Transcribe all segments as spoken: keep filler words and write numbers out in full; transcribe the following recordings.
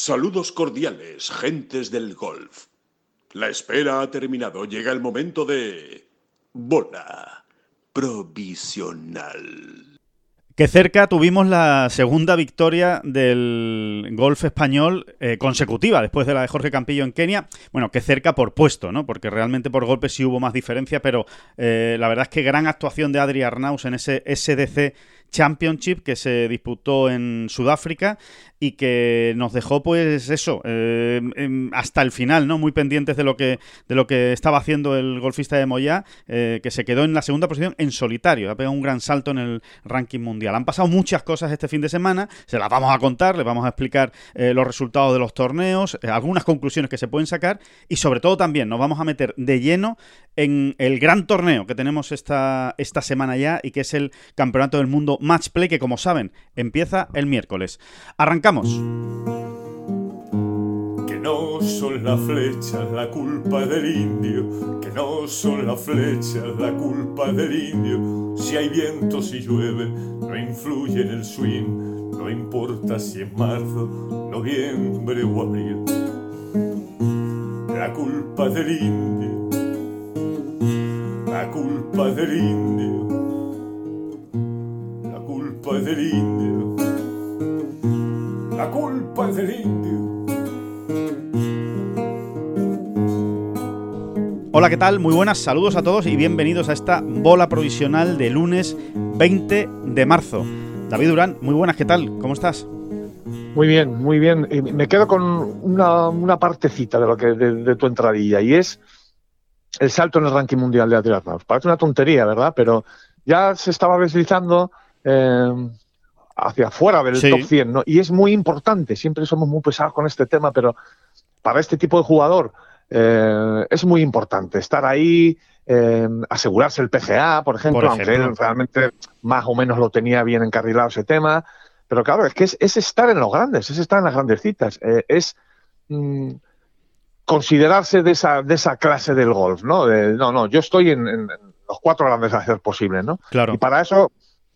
Saludos cordiales, gentes del golf. La espera ha terminado. Llega el momento de... bola provisional. Que cerca tuvimos la segunda victoria del golf español eh, consecutiva, después de la de Jorge Campillo en Kenia. Bueno, que cerca por puesto, ¿no? Porque realmente por golpes sí hubo más diferencia, pero eh, la verdad es que gran actuación de Adri Arnaus en ese S D C Championship que se disputó en Sudáfrica y que nos dejó, pues eso, eh, hasta el final, ¿no? Muy pendientes de lo que de lo que estaba haciendo el golfista de Moyá, eh, que se quedó en la segunda posición en solitario, ha pegado un gran salto en el ranking mundial. Han pasado muchas cosas este fin de semana, se las vamos a contar, les vamos a explicar eh, los resultados de los torneos, eh, algunas conclusiones que se pueden sacar y sobre todo también nos vamos a meter de lleno en el gran torneo que tenemos esta, esta semana ya y que es el Campeonato del Mundo Match Play, que como saben empieza el miércoles. Arrancamos. Que no son las flechas la culpa del indio, que no son las flechas la culpa del indio. Si hay viento, si llueve, no influye en el swing, no importa si es marzo, noviembre o abril. La culpa del indio, la culpa del indio, la culpa del indio, la culpa del indio. Hola, ¿qué tal? Muy buenas, saludos a todos y bienvenidos a esta bola provisional de lunes veinte de marzo. David Durán, muy buenas, ¿qué tal? ¿Cómo estás? Muy bien, muy bien. Y me quedo con una, una partecita de lo que de, de tu entradilla, y es el salto en el ranking mundial de Adri Arnaus. Parece una tontería, ¿verdad? Pero ya se estaba deslizando eh, hacia afuera del sí. top cien, ¿no? Y es muy importante. Siempre somos muy pesados con este tema, pero para este tipo de jugador eh, es muy importante estar ahí, eh, asegurarse el P G A, por ejemplo, por ejemplo, aunque él realmente más o menos lo tenía bien encarrilado ese tema. Pero claro, es que es, es estar en los grandes, es estar en las grandes citas, eh, es mm, considerarse de esa, de esa clase del golf, ¿no? De, no, no, yo estoy en, en, en los cuatro grandes a ser posible, ¿no? Claro. Y para eso,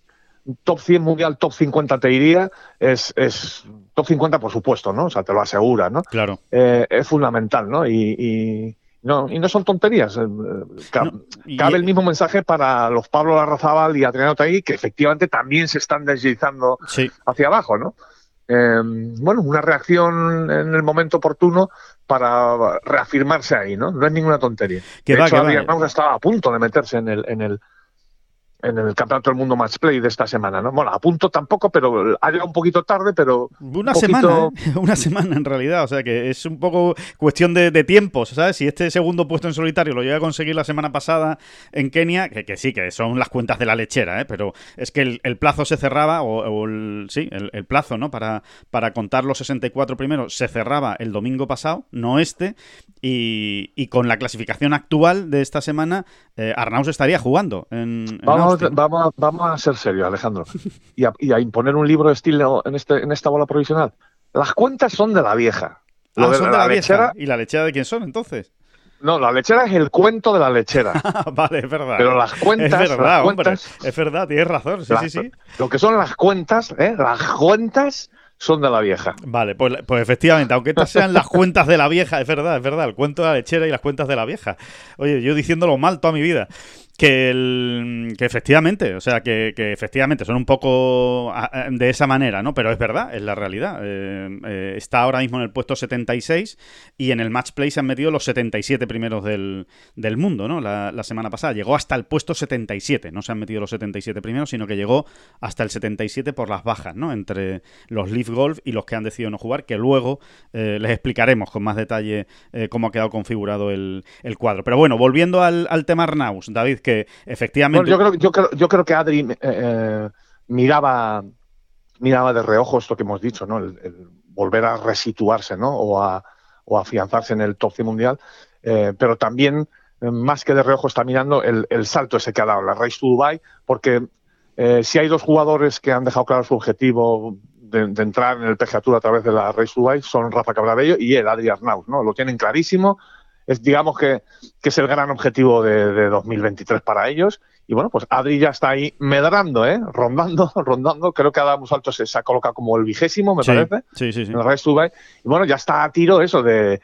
top cien mundial, top cincuenta te diría, es, es top cincuenta por supuesto, ¿no? O sea, te lo asegura, ¿no? Claro. Eh, es fundamental, ¿no? Y, y, no, y no son tonterías. Cabe, no, y... cabe el mismo mensaje para los Pablo Larrazábal y Adriano Taegui, que efectivamente también se están deslizando sí. hacia abajo, ¿no? Eh, bueno, una reacción en el momento oportuno para reafirmarse ahí, ¿no? No es ninguna tontería. Que de va, hecho, que Adriano estaba a punto de meterse en el, en el en el Campeonato del Mundo Match Play de esta semana, ¿no? Bueno, a punto tampoco, pero ha llegado un poquito tarde, pero... Una un poquito... semana, ¿eh? Una semana en realidad, o sea que es un poco cuestión de, de tiempos, ¿sabes? Si este segundo puesto en solitario lo llega a conseguir la semana pasada en Kenia, que, que sí, que son las cuentas de la lechera, ¿eh? Pero es que el, el plazo se cerraba, o, o el, sí, el, el plazo, ¿no? Para, para contar los sesenta y cuatro primeros se cerraba el domingo pasado, no este, y, y con la clasificación actual de esta semana, eh, Arnaus estaría jugando en, en Vamos, Austin. Vamos a, vamos a ser serios, Alejandro, y a, y a imponer un libro de estilo en, este, en esta bola provisional. Las cuentas son de la vieja. Lo ah, de, son de la, la lechera. ¿Y la lechera de quién son, entonces? No, la lechera es el cuento de la lechera. Vale, es verdad. Pero las cuentas... Es verdad, las hombre, cuentas, es verdad, tienes razón, sí, la, sí, sí. Lo que son las cuentas, ¿eh? Las cuentas son de la vieja. Vale, pues, pues efectivamente, aunque estas sean las cuentas de la vieja, es verdad, es verdad, el cuento de la lechera y las cuentas de la vieja. Oye, yo diciéndolo mal toda mi vida. Que, el, que efectivamente, o sea, que, que efectivamente son un poco de esa manera, ¿no? Pero es verdad, es la realidad. Eh, eh, está ahora mismo en el puesto setenta y seis y en el Match Play se han metido los setenta y siete primeros del, del mundo, ¿no? La, la semana pasada llegó hasta el puesto setenta y siete, no se han metido los setenta y siete primeros, sino que llegó hasta el setenta y siete por las bajas, ¿no? Entre los Leaf Golf y los que han decidido no jugar, que luego eh, les explicaremos con más detalle eh, cómo ha quedado configurado el, el cuadro. Pero bueno, volviendo al, al tema Arnaus, David, que efectivamente... Bueno, yo, creo, yo, creo, yo creo que Adri eh, miraba, miraba de reojo esto que hemos dicho, ¿no? El, el volver a resituarse, ¿no? O a, o a afianzarse en el top cien mundial, eh, pero también, eh, más que de reojo, está mirando el, el salto ese que ha dado, la Race to Dubai, porque eh, si hay dos jugadores que han dejado claro su objetivo de, de entrar en el P G A Tour a través de la Race to Dubai, son Rafa Cabrabello y el Adri Arnaus, ¿no? Lo tienen clarísimo. es digamos que, que es el gran objetivo de, de dos mil veintitrés para ellos. Y bueno, pues Adri ya está ahí medrando, ¿eh? Rondando, rondando. Creo que Adam Salto se, se ha colocado como el vigésimo, me sí, parece. Sí, sí, sí. En el Race to Dubai. Y bueno, ya está a tiro eso de,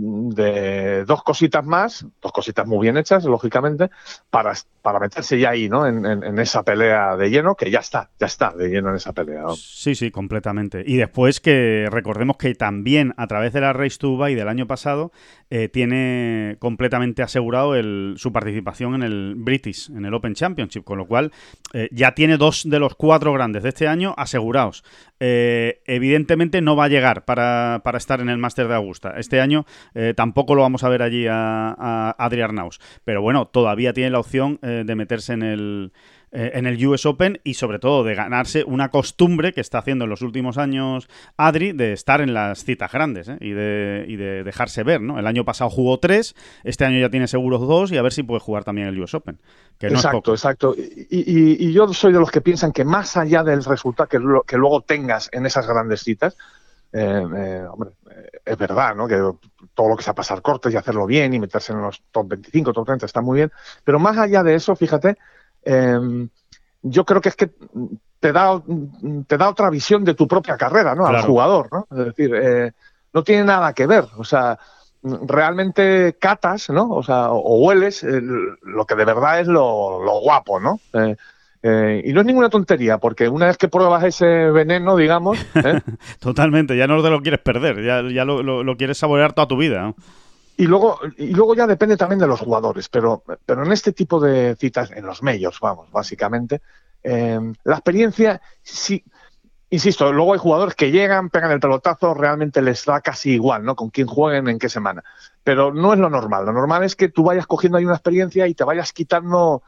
de dos cositas más, dos cositas muy bien hechas, lógicamente, para, para meterse ya ahí, ¿no? En, en, en esa pelea de lleno, que ya está, ya está de lleno en esa pelea, ¿no? Sí, sí, completamente. Y después que recordemos que también a través de la Race to Dubai del año pasado eh, tiene completamente asegurado el, su participación en el British, en el Open Championship, con lo cual eh, ya tiene dos de los cuatro grandes de este año asegurados. Eh, evidentemente no va a llegar para, para estar en el Máster de Augusta. Este año eh, tampoco lo vamos a ver allí a, a Adri Arnaus, pero bueno, todavía tiene la opción eh, de meterse en el eh, en el U S Open y sobre todo de ganarse una costumbre que está haciendo en los últimos años Adri de estar en las citas grandes ¿eh? y, de, y de dejarse ver, ¿no? El año pasado jugó tres, este año ya tiene seguros dos y a ver si puede jugar también el U S Open. Que no exacto, es poco. exacto. Y, y, y yo soy de los que piensan que más allá del resultado que, lo, que luego tengas en esas grandes citas, eh, eh, hombre, eh, es verdad, ¿no? Que todo lo que sea pasar cortes y hacerlo bien y meterse en los top veinticinco, top treinta está muy bien, pero más allá de eso, fíjate, eh, yo creo que es que te da, te da otra visión de tu propia carrera, ¿no? Claro. Al jugador, ¿no? Es decir, eh, no tiene nada que ver, o sea, realmente catas, ¿no? O sea, o, o hueles eh, lo que de verdad es lo, lo guapo, ¿no? Eh, eh, y no es ninguna tontería, porque una vez que pruebas ese veneno, digamos... ¿eh? Totalmente, ya no te lo quieres perder, ya, ya lo, lo, lo quieres saborear toda tu vida, ¿no? Y luego, y luego ya depende también de los jugadores, pero, pero en este tipo de citas, en los majors, vamos, básicamente, eh, la experiencia, sí, insisto, luego hay jugadores que llegan, pegan el pelotazo, realmente les da casi igual, ¿no? Con quién jueguen, en qué semana. Pero no es lo normal, lo normal es que tú vayas cogiendo ahí una experiencia y te vayas quitando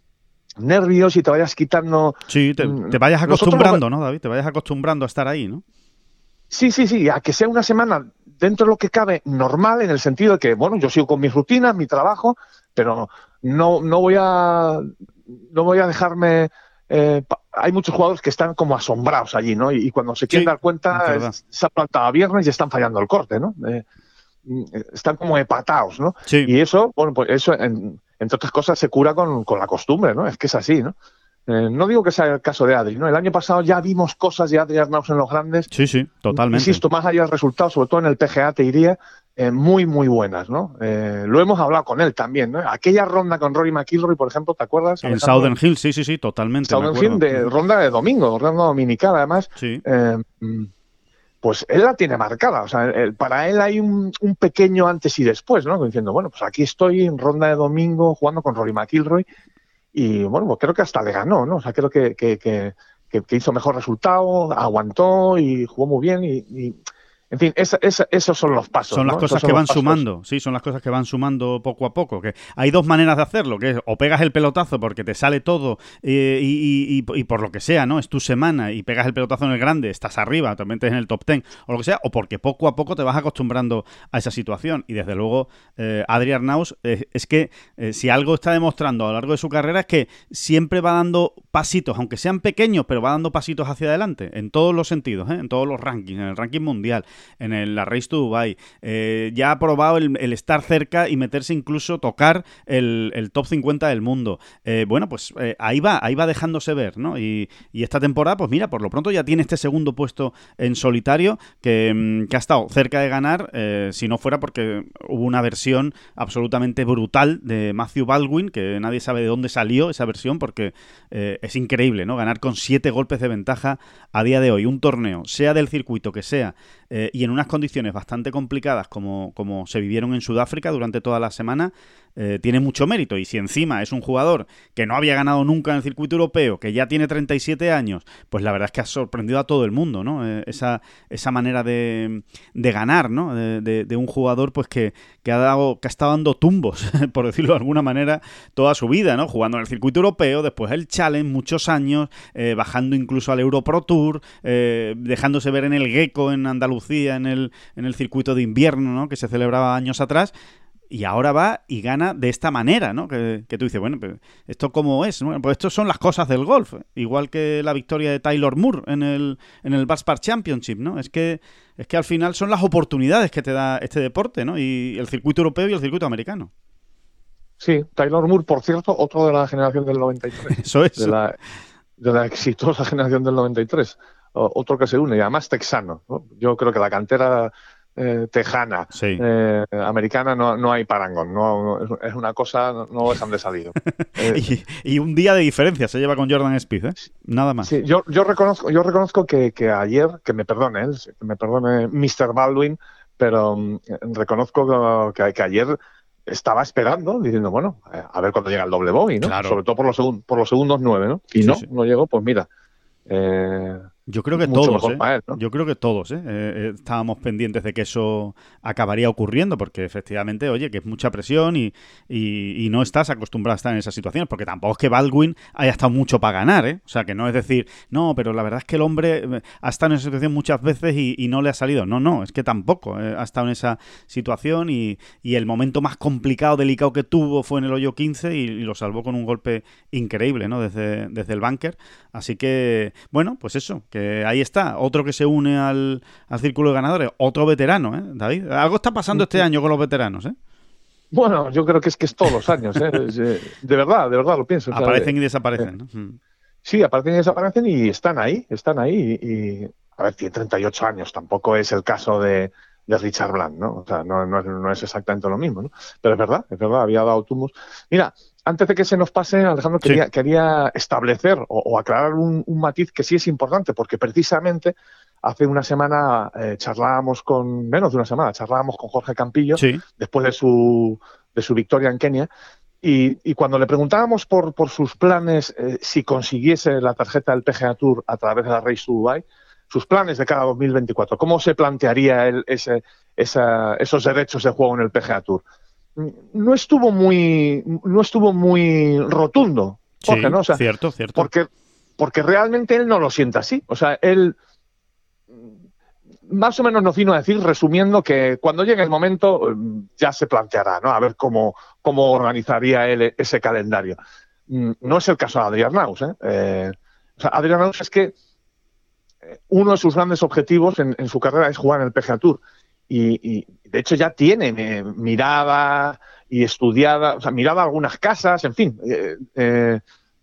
nervios y te vayas quitando... Sí, te, te vayas acostumbrando, ¿no, David? Te vayas acostumbrando a estar ahí, ¿no? Sí, sí, sí, a que sea una semana dentro de lo que cabe normal, en el sentido de que, bueno, yo sigo con mis rutinas, mi trabajo, pero no, no voy a no voy a dejarme... Eh, hay muchos jugadores que están como asombrados allí, ¿no? Y, y cuando se quieren sí, dar cuenta, es, se ha plantado a viernes y están fallando el corte, ¿no? Eh, están como empatados, ¿no? Sí. Y eso, bueno, pues eso, en, entre otras cosas, se cura con, con la costumbre, ¿no? Es que es así, ¿no? Eh, no digo que sea el caso de Adri, ¿no? El año pasado ya vimos cosas de Adri Arnaus en los grandes. Sí, sí, totalmente. Insisto, más allá del resultado, sobre todo en el P G A, te diría, eh, muy, muy buenas, ¿no? Eh, lo hemos hablado con él también, ¿no? Aquella ronda con Rory McIlroy, por ejemplo, ¿te acuerdas? En Southern Hills, sí, sí, sí, totalmente. Southern Hills, de ronda de domingo, ronda dominical, además. Sí. Eh, pues él la tiene marcada, o sea, él, para él hay un, un pequeño antes y después, ¿no? Diciendo, bueno, pues aquí estoy en ronda de domingo jugando con Rory McIlroy. Y bueno, pues creo que hasta le ganó, ¿no? O sea, creo que, que, que, que hizo mejor resultado, aguantó y jugó muy bien y, y en fin, esa, esa, esos son los pasos. Son las ¿no? cosas son que van pasos. sumando, sí, son las cosas que van sumando poco a poco. Que hay dos maneras de hacerlo, que es o pegas el pelotazo porque te sale todo eh, y, y, y por lo que sea, ¿no? Es tu semana y pegas el pelotazo en el grande, estás arriba, te metes en el top ten o lo que sea, o porque poco a poco te vas acostumbrando a esa situación. Y desde luego, eh, Adri Arnaus, eh, es que eh, si algo está demostrando a lo largo de su carrera es que siempre va dando pasitos, aunque sean pequeños, pero va dando pasitos hacia adelante, en todos los sentidos, ¿eh? En todos los rankings, en el ranking mundial, en el, la Race to Dubai, eh, ya ha probado el, el estar cerca y meterse incluso, tocar el, el top cincuenta del mundo. Eh, bueno, pues eh, ahí va, ahí va dejándose ver, ¿no? Y, y esta temporada, pues mira, por lo pronto ya tiene este segundo puesto en solitario que, que ha estado cerca de ganar, eh, si no fuera porque hubo una versión absolutamente brutal de Matthew Baldwin, que nadie sabe de dónde salió esa versión, porque eh, es increíble, ¿no? Ganar con siete golpes de ventaja a día de hoy un torneo, sea del circuito que sea, eh, y en unas condiciones bastante complicadas como, como se vivieron en Sudáfrica durante toda la semana, eh, tiene mucho mérito. Y si encima es un jugador que no había ganado nunca en el circuito europeo, que ya tiene treinta y siete años, pues la verdad es que ha sorprendido a todo el mundo, ¿no? Eh, esa, esa manera de, de ganar, ¿no? De, de, de un jugador pues que, que ha dado, que ha estado dando tumbos, por decirlo de alguna manera, toda su vida, ¿no? Jugando en el circuito europeo, después el Challenge, muchos años, eh, bajando incluso al Euro Pro Tour, eh, dejándose ver en el Gecko en Andalucía, en el, en el circuito de invierno, ¿no? Que se celebraba años atrás. y ahora va y gana de esta manera, ¿no? Que, que tú dices, bueno, pero ¿esto cómo es? Bueno, pues esto son las cosas del golf, igual que la victoria de Taylor Moore en el, en el Valspar Championship, ¿no? Es que, es que al final son las oportunidades que te da este deporte, ¿no? Y el circuito europeo y el circuito americano. Sí, Taylor Moore, por cierto, otro de la generación del noventa y tres. Eso es. De la, de la exitosa generación del noventa y tres. Otro que se une, y además texano, ¿no? Yo creo que la cantera eh, tejana, sí. eh, americana, no, no hay parangón. No, no, es una cosa, no, no dejan de salir. Eh, y, y un día de diferencia se lleva con Jordan Spieth, ¿eh? Nada más. Sí, yo, yo reconozco, yo reconozco que, que ayer, que me perdone él, que me perdone mister Baldwin, pero um, reconozco que, que ayer estaba esperando, diciendo, bueno, a ver cuándo llega el doble bogey, ¿no? Claro. Sobre todo por los, segun, por los segundos nueve, ¿no? Y sí, no, sí. no llegó, pues mira. Eh, Yo creo que mucho todos, mejor ¿eh? para él, ¿no? Yo creo que todos, ¿eh? Eh, estábamos pendientes de que eso acabaría ocurriendo, porque efectivamente, oye, que es mucha presión y, y, y no estás acostumbrado a estar en esas situaciones, porque tampoco es que Baldwin haya estado mucho para ganar, ¿eh? O sea, que no es decir, no, pero la verdad es que el hombre ha estado en esa situación muchas veces y, y no le ha salido. No, no, es que tampoco eh, ha estado en esa situación y, y el momento más complicado, delicado que tuvo fue en el hoyo quince y, y lo salvó con un golpe increíble, ¿no? Desde, desde el bunker. Así que, bueno, pues eso, que ahí está. Otro que se une al, al círculo de ganadores, otro veterano, ¿eh, David? Algo está pasando este año con los veteranos, ¿eh? Bueno, yo creo que es que es todos los años, ¿eh? De verdad, de verdad lo pienso. O sea, aparecen de, y desaparecen, ¿no? Mm. Sí, aparecen y desaparecen y están ahí, están ahí. Y, y a ver, tiene treinta y ocho años, tampoco es el caso de, de Richard Bland, ¿no? O sea, no, no, es, no es exactamente lo mismo, ¿no? Pero es verdad, es verdad, había dado tumbos. Mira, antes de que se nos pase, Alejandro, quería, sí. quería establecer o, o aclarar un, un matiz que sí es importante, porque precisamente hace una semana eh, charlábamos con, menos de una semana, charlábamos con Jorge Campillo, sí. después de su, de su victoria en Kenia, y, y cuando le preguntábamos por, por sus planes, eh, si consiguiese la tarjeta del P G A Tour a través de la Race to Dubai, sus planes de cada dos mil veinticuatro, ¿cómo se plantearía él ese, esa, esos derechos de juego en el P G A Tour? No estuvo muy, no estuvo muy rotundo, Jorge, sí, ¿no? O sea, cierto, cierto. Porque, porque realmente él no lo siente así. O sea, él más o menos nos vino a decir, resumiendo, que cuando llegue el momento ya se planteará, ¿no? A ver cómo, cómo organizaría él ese calendario. No es el caso de Adrián Naus, ¿eh? Eh, o sea, Adrián Naus es que uno de sus grandes objetivos en, en su carrera es jugar en el P G A Tour. Y, y de hecho ya tiene eh, mirada y estudiada, o sea, mirada a algunas casas, en fin. Eh, eh,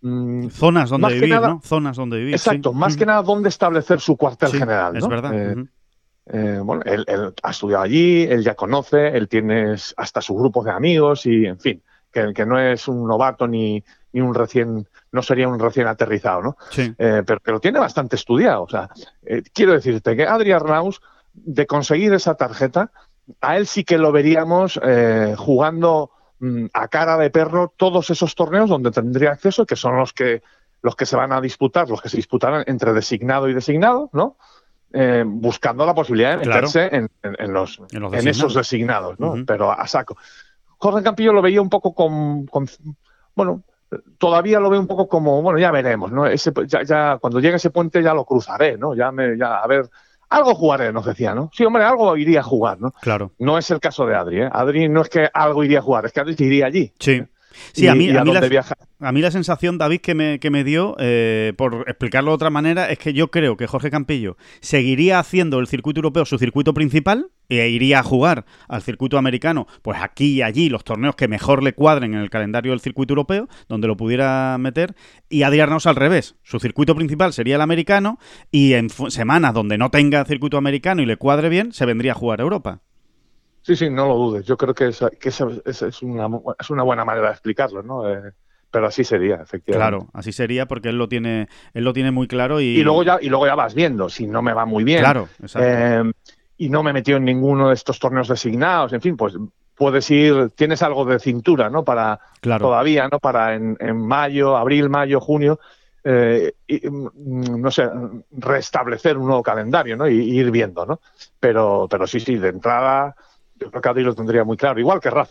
Zonas donde vivir, nada, ¿no? Zonas donde vivir. Exacto, sí. más uh-huh. que nada dónde establecer su cuartel sí, general, ¿no? Es verdad. Eh, uh-huh. eh, bueno, él, él ha estudiado allí, él ya conoce, él tiene hasta su grupo de amigos y, en fin, que, que no es un novato ni, ni un recién, no sería un recién aterrizado, ¿no? Sí. Eh, pero que lo tiene bastante estudiado. O sea, eh, quiero decirte que Adrián Naus, de conseguir esa tarjeta, a él sí que lo veríamos eh, jugando mmm, a cara de perro todos esos torneos donde tendría acceso, que son los que los que se van a disputar, los que se disputarán entre designado y designado, ¿no? Eh, buscando la posibilidad de meterse claro. en, en, en, los, en, los en esos designados, ¿no? Uh-huh. Pero a saco. Jorge Campillo lo veía un poco con, con bueno, todavía lo veo un poco como, bueno, ya veremos, ¿no? Ese, ya, ya cuando llegue ese puente ya lo cruzaré, ¿no? Ya me, ya a ver, algo jugaré, nos decía, ¿no? Sí, hombre, algo iría a jugar, ¿no? Claro. No es el caso de Adri, ¿eh? Adri no es que algo iría a jugar, es que Adri iría allí. Sí. Sí, a mí, y a, a, mí la, a mí la sensación, David, que me, que me dio, eh, por explicarlo de otra manera, es que yo creo que Jorge Campillo seguiría haciendo el circuito europeo su circuito principal e iría a jugar al circuito americano, pues aquí y allí, los torneos que mejor le cuadren en el calendario del circuito europeo, donde lo pudiera meter, y Adrián Naus al revés. Su circuito principal sería el americano y en semanas donde no tenga circuito americano y le cuadre bien, se vendría a jugar a Europa. Sí, sí, no lo dudes. Yo creo que esa, que esa, esa es, una, es una buena manera de explicarlo, ¿no? Eh, pero así sería, efectivamente. Claro, así sería porque él lo tiene, él lo tiene muy claro y... Y luego ya, y luego ya vas viendo, si no me va muy bien. Claro, exacto. Eh, y no me he metido en ninguno de estos torneos designados, en fin, pues puedes ir, tienes algo de cintura, ¿no? Para claro. todavía, ¿no? Para en, en mayo, abril, mayo, junio, eh, y, no sé, restablecer un nuevo calendario, ¿no? Y, y ir viendo, ¿no? Pero, pero sí, sí, de entrada... Yo creo que Adri lo tendría muy claro, igual que Rafa, ¿eh?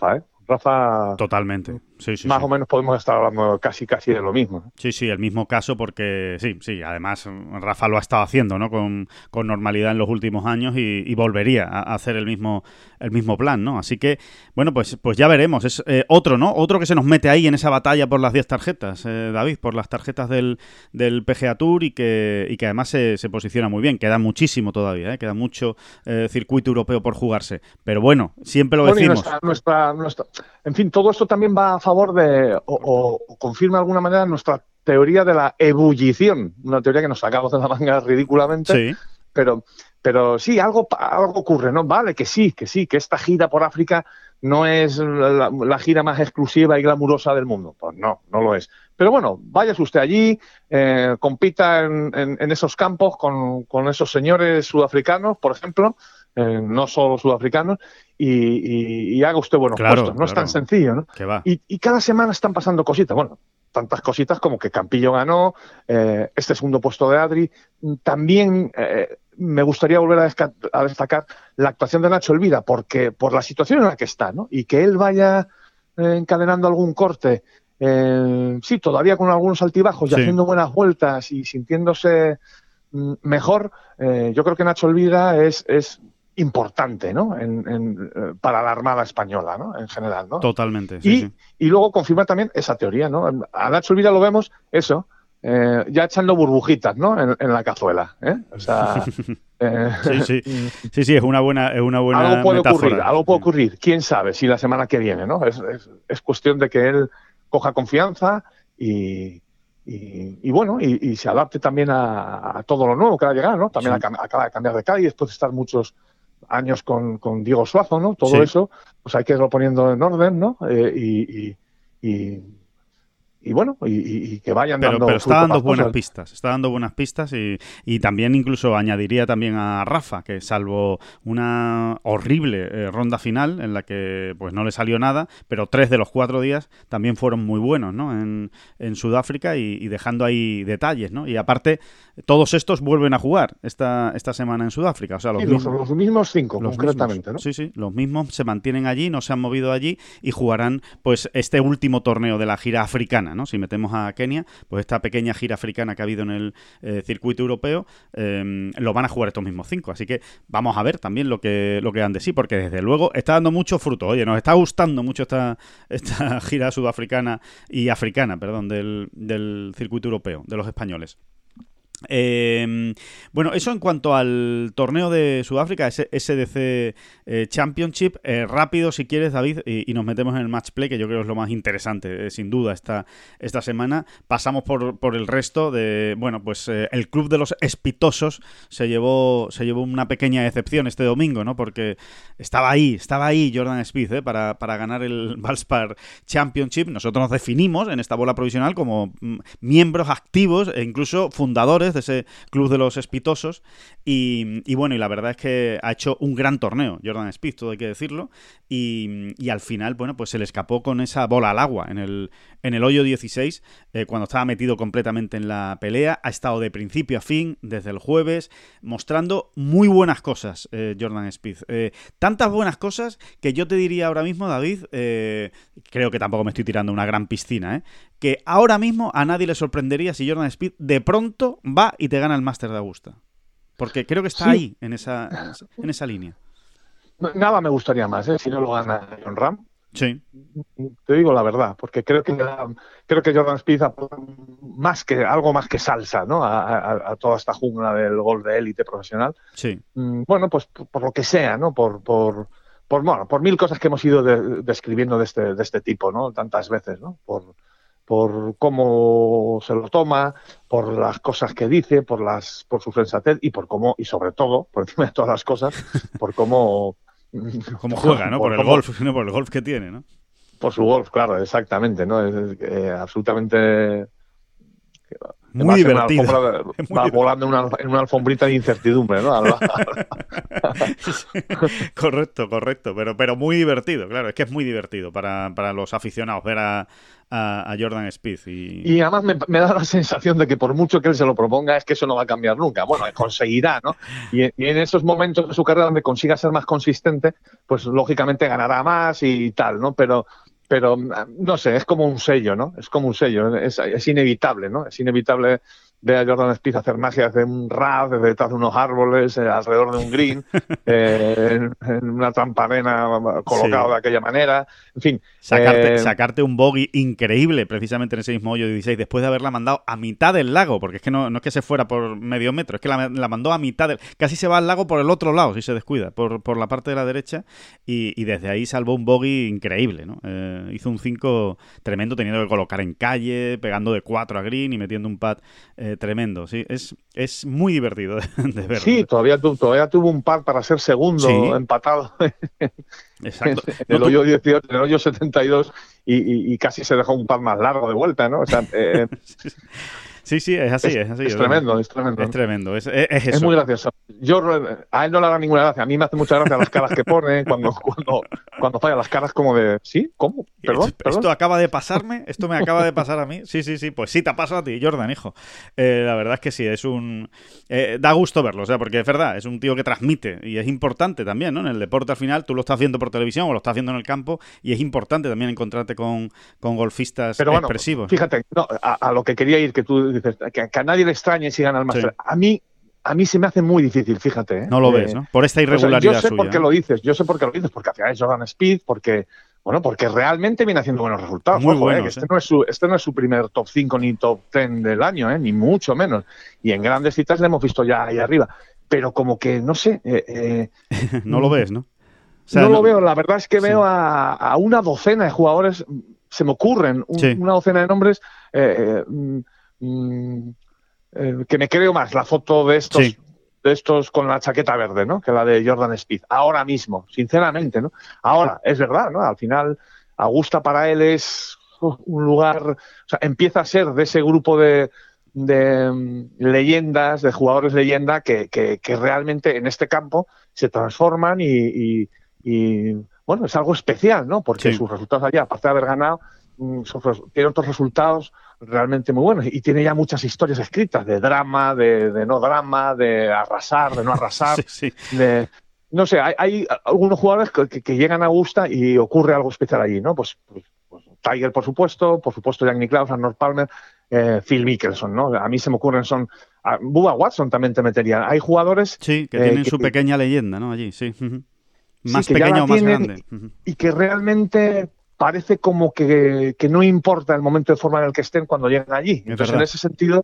Rafa... Totalmente. Sí, sí, más sí. o menos podemos estar hablando casi casi de lo mismo, ¿no? Sí, sí, el mismo caso porque sí, sí, además Rafa lo ha estado haciendo, ¿no? Con, con normalidad en los últimos años y, y volvería a, a hacer el mismo el mismo plan, ¿no? Así que, bueno, pues pues ya veremos. Es eh, otro, ¿no? Otro que se nos mete ahí en esa batalla por las diez tarjetas, eh, David, por las tarjetas del, del P G A Tour y que, y que además se, se posiciona muy bien. Queda muchísimo todavía, ¿eh? Queda mucho eh, circuito europeo por jugarse. Pero bueno, siempre lo Bueno, y decimos. nuestra, nuestra, nuestra... En fin, todo esto también va a favor de, o, o, o confirma de alguna manera nuestra teoría de la ebullición, una teoría que nos sacamos de la manga ridículamente, Sí. pero, pero sí, algo, algo ocurre, ¿no? Vale, que sí, que sí, que esta gira por África no es la, la gira más exclusiva y glamurosa del mundo. Pues no, no lo es. Pero bueno, váyase usted allí, eh, compita en, en, en esos campos con, con esos señores sudafricanos, por ejemplo, eh, no solo sudafricanos, y, y, y haga usted buenos Claro, puestos. No claro. es tan sencillo, ¿no? Que va. Y, y cada semana están pasando cositas. Bueno, tantas cositas como que Campillo ganó, eh, este segundo puesto de Adri. También eh, me gustaría volver a, desca- a destacar la actuación de Nacho Elvira, porque por la situación en la que está, ¿no? Y que él vaya eh, encadenando algún corte, eh, sí, todavía con algunos altibajos y Sí. haciendo buenas vueltas y sintiéndose mm, mejor, eh, yo creo que Nacho Elvira es, es importante, ¿no? En, en, eh, para la Armada Española, ¿no? En general, ¿no? Totalmente, sí, Y, sí. y luego confirma también esa teoría, ¿no? A Nacho Elvira lo vemos, eso, eh, ya echando burbujitas, ¿no? En, en la cazuela, ¿eh? O sea... eh, Sí, sí. Sí, sí, es una buena, es una buena algo puede metáfora. ocurrir, algo puede ocurrir. ¿Quién sabe si la semana que viene, ¿no? Es, es, es cuestión de que él coja confianza y... Y, y bueno, y, y se adapte también a, a todo lo nuevo que va a llegar, ¿no? También Sí. a, acaba de cambiar de calle después de estar muchos años con, con Diego Suazo, ¿no? Todo Sí. eso, pues hay que irlo poniendo en orden, ¿no? Eh, y, y, y, y bueno, y, y, y que vayan Pero, dando pero está fruto dando las buenas cosas. pistas, está dando buenas pistas y, y también incluso añadiría también a Rafa, que salvo una horrible eh, ronda final en la que pues no le salió nada, pero tres de los cuatro días también fueron muy buenos, ¿no? En, en Sudáfrica y, y dejando ahí detalles, ¿no? Y aparte, todos estos vuelven a jugar esta, esta semana en Sudáfrica, o sea, los Sí, los, mismos... los mismos cinco, Los concretamente, mismos, ¿no? sí, sí, los mismos se mantienen allí, no se han movido allí y jugarán pues este último torneo de la gira africana, ¿no? Si metemos a Kenia, pues esta pequeña gira africana que ha habido en el eh, circuito europeo, eh, lo van a jugar estos mismos cinco, así que vamos a ver también lo que lo que dan de sí, porque desde luego está dando mucho fruto. Oye, nos está gustando mucho esta, esta gira sudafricana y africana, perdón, del, del circuito europeo, de los españoles. Eh, bueno, eso en cuanto al torneo de Sudáfrica, ese S D C eh, Championship. Eh, rápido, si quieres, David, y, y nos metemos en el match play, que yo creo es lo más interesante, eh, sin duda, esta, esta semana. Pasamos por, por el resto de. Bueno, pues eh, el Club de los Espitosos se llevó, se llevó una pequeña decepción este domingo, ¿no? Porque estaba ahí, estaba ahí Jordan Spieth, ¿eh? para, para ganar el Valspar Championship. Nosotros nos definimos en esta bola provisional como mm, miembros activos e incluso fundadores de ese Club de los Espitosos y, y bueno, y la verdad es que ha hecho un gran torneo Jordan Spieth, todo hay que decirlo, y, y al final, bueno, pues se le escapó con esa bola al agua en el, en el hoyo dieciséis, eh, cuando estaba metido completamente en la pelea. Ha estado de principio a fin desde el jueves, mostrando muy buenas cosas eh, Jordan Spieth, eh, tantas buenas cosas que yo te diría ahora mismo, David, eh, creo que tampoco me estoy tirando una gran piscina, eh, que ahora mismo a nadie le sorprendería si Jordan Spieth de pronto va y te gana el Máster de Augusta. Porque creo que está Sí. ahí, en esa, en esa, en esa línea. Nada me gustaría más, ¿eh? Si no lo gana Jon Rahm. Sí. Te digo la verdad, porque creo que creo que Jordan Spieth aporta más que algo más que salsa, ¿no? A, a, a toda esta jungla del golf de élite profesional. Sí. Bueno, pues por, por lo que sea, ¿no? Por, por, por bueno, por mil cosas que hemos ido de, describiendo de este, de este tipo, ¿no? Tantas veces, ¿no? Por por cómo se lo toma, por las cosas que dice, por las, por su sensatez y por cómo, y sobre todo, por encima de todas las cosas, por cómo Cómo juega, ¿no? Por, por el cómo, golf, no por el golf que tiene, ¿no? Por su golf, claro, exactamente, ¿no? Es, es eh, absolutamente Muy divertido. De, muy va divertido. volando en una, en una alfombrita de incertidumbre, ¿no? Correcto, correcto, pero, pero muy divertido, claro, es que es muy divertido para, para los aficionados ver a, a, a Jordan Spieth. Y... y además me, me da la sensación de que por mucho que él se lo proponga, es que eso no va a cambiar nunca. Bueno, conseguirá, ¿no? Y, y en esos momentos de su carrera donde consiga ser más consistente, pues lógicamente ganará más y tal, ¿no? Pero... Pero, no sé, es como un sello, ¿no? Es como un sello, es, es inevitable, ¿no? Es inevitable ver a Jordan Spieth hacer magia desde un RAF, desde detrás de unos árboles, eh, alrededor de un green, eh, en, en una trampa arena colocado sí. de aquella manera, en fin. Sacarte, eh, sacarte un bogey increíble precisamente en ese mismo hoyo dieciséis después de haberla mandado a mitad del lago, porque es que no, no es que se fuera por medio metro, es que la, la mandó a mitad del... Casi se va al lago por el otro lado, si se descuida, por, por la parte de la derecha, y, y desde ahí salvó un bogey increíble, ¿no? Eh, hizo un cinco tremendo, teniendo que colocar en calle, pegando de cuatro a green y metiendo un pad eh, tremendo, sí, es, es muy divertido de, de verlo. Sí, todavía, tu, todavía tuvo un pad para ser segundo, sí. empatado. Exacto. En el, no, hoyo dieciocho, en el hoyo setenta y dos y, y, y casi se dejó un pad más largo de vuelta, ¿no? O sea, eh, sí, sí, es así, es, es así. Es, es tremendo, es tremendo. Es tremendo, es, es, es eso. Es muy gracioso. Yo, a él no le da ninguna gracia, a mí me hace mucha gracia las caras que pone cuando, cuando, cuando falla, las caras como de, ¿sí? ¿Cómo? ¿Perdón? Esto, ¿Perdón? esto acaba de pasarme, esto me acaba de pasar a mí. Sí, sí, sí, pues sí, te ha pasado a ti, Jordan, hijo. Eh, la verdad es que sí, es un... Eh, da gusto verlo, o sea, porque es verdad, es un tío que transmite y es importante también, ¿no? En el deporte al final, tú lo estás viendo por televisión o lo estás viendo en el campo y es importante también encontrarte con, con golfistas Pero bueno, expresivos. Fíjate, no, a, a lo que quería ir, que tú dices, que, que a nadie le extrañe si gana el Master. Sí. A mí... A mí se me hace muy difícil, fíjate. ¿eh? No lo eh, ves, ¿no? Por esta irregularidad o sea, yo sé suya. por qué lo dices, yo sé por qué lo dices, porque al final es Jordan Spieth, porque, bueno, porque realmente viene haciendo buenos resultados. Muy Ojo, buenos, eh, que este, ¿eh? no es su, este no es su primer top cinco ni top diez del año, ¿eh? Ni mucho menos. Y en grandes citas le hemos visto ya ahí arriba. Pero como que, no sé... Eh, eh, no lo ves, ¿no? O sea, no, no lo veo, la verdad es que sí. veo a, a una docena de jugadores, se me ocurren un, sí. una docena de nombres... Eh, eh, mm, eh, que me creo más la foto de estos... Sí. de estos con la chaqueta verde, ¿no? Que la de Jordan Spieth. Ahora mismo, sinceramente, ¿no? Ahora, es verdad, ¿no? Al final, Augusta para él es uh, un lugar... O sea, empieza a ser de ese grupo de, de um, leyendas, de jugadores leyenda que, que, que realmente en este campo se transforman y, y, y bueno, es algo especial, ¿no? Porque sí. sus resultados allá, aparte de haber ganado, um, tiene otros resultados realmente muy buenos y tiene ya muchas historias escritas de drama, de, de no drama, de arrasar, de no arrasar, sí, sí. de no sé, hay, hay algunos jugadores que, que, que llegan a Augusta y ocurre algo especial allí, ¿no? Pues, pues, pues Tiger, por supuesto, por supuesto Jack Nicklaus, Arnold Palmer, eh, Phil Mickelson, ¿no? A mí se me ocurren son uh, Bubba Watson también te metería. Hay jugadores sí que eh, tienen que, su pequeña leyenda, ¿no? Allí, sí, uh-huh. más sí, pequeña o más tienen, grande uh-huh. y que realmente parece como que, que no importa el momento de forma en el que estén cuando lleguen allí. Entonces, en ese sentido,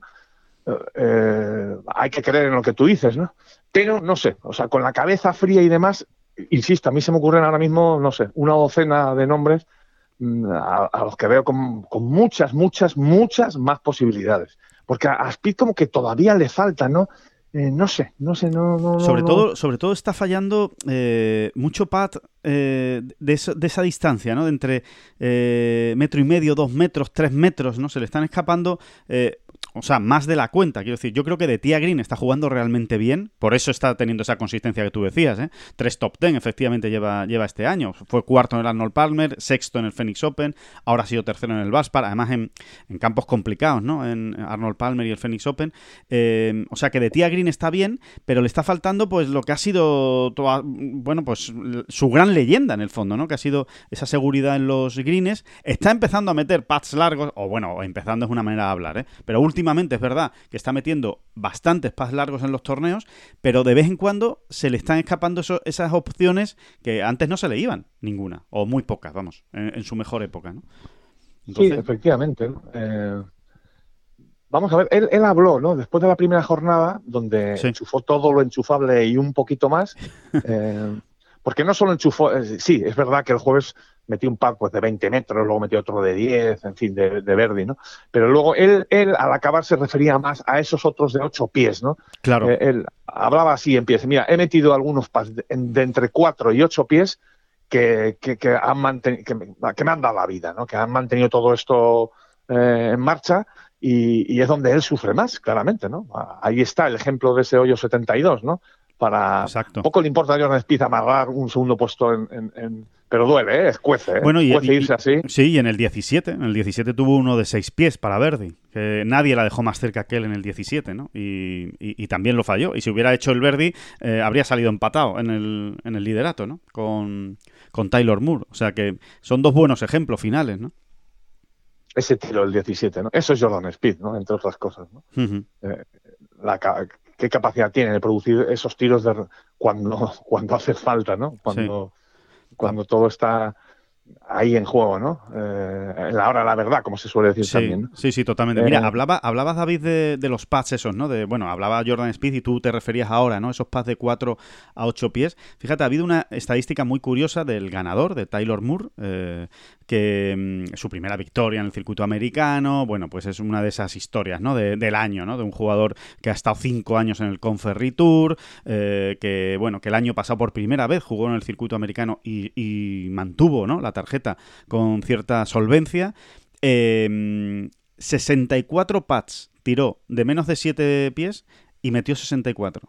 eh, hay que creer en lo que tú dices, ¿no? Pero, no sé, o sea, con la cabeza fría y demás, insisto, a mí se me ocurren ahora mismo, no sé, una docena de nombres a, a los que veo con, con muchas, muchas, muchas más posibilidades. Porque a, a Spieth como que todavía le falta, ¿no? Eh, no sé, no sé, no... no sobre, no, todo, no. sobre todo está fallando eh, mucho pat eh, de, eso, de esa distancia, ¿no? De entre eh, metro y medio, dos metros, tres metros, ¿no? Se le están escapando... Eh, o sea, más de la cuenta, quiero decir. Yo creo que de Tía Green está jugando realmente bien, por eso está teniendo esa consistencia que tú decías, ¿eh? Tres top ten efectivamente lleva, lleva este año. Fue cuarto en el Arnold Palmer, sexto en el Phoenix Open, ahora ha sido tercero en el Valspar, además en, en campos complicados, ¿no? En Arnold Palmer y el Phoenix Open. Eh, o sea que de Tía Green está bien, pero le está faltando pues lo que ha sido toda, bueno, pues su gran leyenda en el fondo, ¿no? Que ha sido esa seguridad en los greens. Está empezando a meter pads largos, o bueno, empezando es una manera de hablar, ¿eh? Pero últimamente es verdad que está metiendo bastantes pads largos en los torneos, pero de vez en cuando se le están escapando eso, esas opciones que antes no se le iban ninguna, o muy pocas, vamos, en, en su mejor época, ¿no? Entonces... Sí, efectivamente. Eh, vamos a ver, él, él habló, ¿no? Después de la primera jornada, donde sí. enchufó todo lo enchufable y un poquito más, eh, porque no solo enchufó, eh, sí, es verdad que el jueves metió un pad pues, de veinte metros, luego metió otro de diez, en fin, de, de Verdi, ¿no? Pero luego él, él, al acabar, se refería más a esos otros de ocho pies, ¿no? Claro. Eh, él hablaba así en pies. Mira, he metido algunos pads de, de entre cuatro y ocho pies que, que, que, han manten, que, que me han dado la vida, ¿no? Que han mantenido todo esto eh, en marcha y, y es donde él sufre más, claramente, ¿no? Ahí está el ejemplo de ese hoyo setenta y dos, ¿no? Para Exacto. poco le importa a Jordan Spieth amarrar un segundo puesto en, en, en pero duele, ¿eh? Escuece, ¿eh? Bueno, y, Escuece y, irse así. Sí, y en el diecisiete, en el diecisiete tuvo uno de seis pies para birdie, que nadie la dejó más cerca que él en el diecisiete, ¿no? Y, y, y también lo falló. Y si hubiera hecho el birdie, eh, habría salido empatado en el, en el liderato, ¿no? Con, con Taylor Moore. O sea que son dos buenos ejemplos finales, ¿no? Ese tiro del diecisiete, ¿no? Eso es Jordan Spieth, ¿no? Entre otras cosas, ¿no? Uh-huh. Eh, la, ¿Qué capacidad tiene de producir esos tiros de, cuando, cuando hace falta, ¿no? Cuando, sí. cuando ah. todo está ahí en juego, ¿no? Eh, en la hora de la verdad, como se suele decir sí, también, ¿no? Sí, sí, totalmente. Eh, Mira, hablaba, hablabas, David, de, de los pads esos, ¿no? De, bueno, hablaba Jordan Spieth y tú te referías ahora, ¿no? Esos pads de cuatro a ocho pies. Fíjate, ha habido una estadística muy curiosa del ganador, de Taylor Moore, eh, que mmm, su primera victoria en el circuito americano, bueno, pues es una de esas historias, ¿no? De, del año, ¿no? De un jugador que ha estado cinco años en el Conferry Tour, eh, que, bueno, que el año pasado por primera vez jugó en el circuito americano y, y mantuvo, ¿no? La tarjeta con cierta solvencia. Eh, sesenta y cuatro putts tiró de menos de siete pies y metió sesenta y cuatro.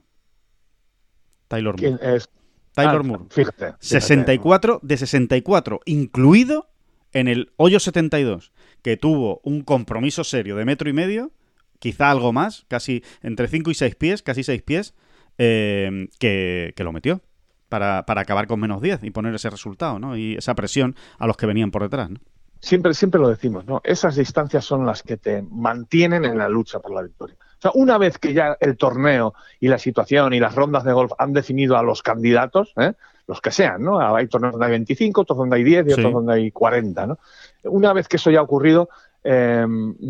Taylor Moore. ¿Quién es? Taylor ah, Moore. Fíjate, fíjate. sesenta y cuatro de sesenta y cuatro, incluido en el hoyo setenta y dos, que tuvo un compromiso serio de metro y medio, quizá algo más, casi entre cinco y seis pies, casi seis pies, eh, que, que lo metió para, para acabar con menos diez y poner ese resultado, ¿no? Y esa presión a los que venían por detrás, ¿no? Siempre, siempre lo decimos, ¿no? Esas distancias son las que te mantienen en la lucha por la victoria. O sea, una vez que ya el torneo y la situación y las rondas de golf han definido a los candidatos, ¿eh? Los que sean, ¿no? Hay torneos donde hay veinticinco, otros donde hay diez y otros sí. donde hay cuarenta, ¿no? Una vez que eso ya ha ocurrido, eh,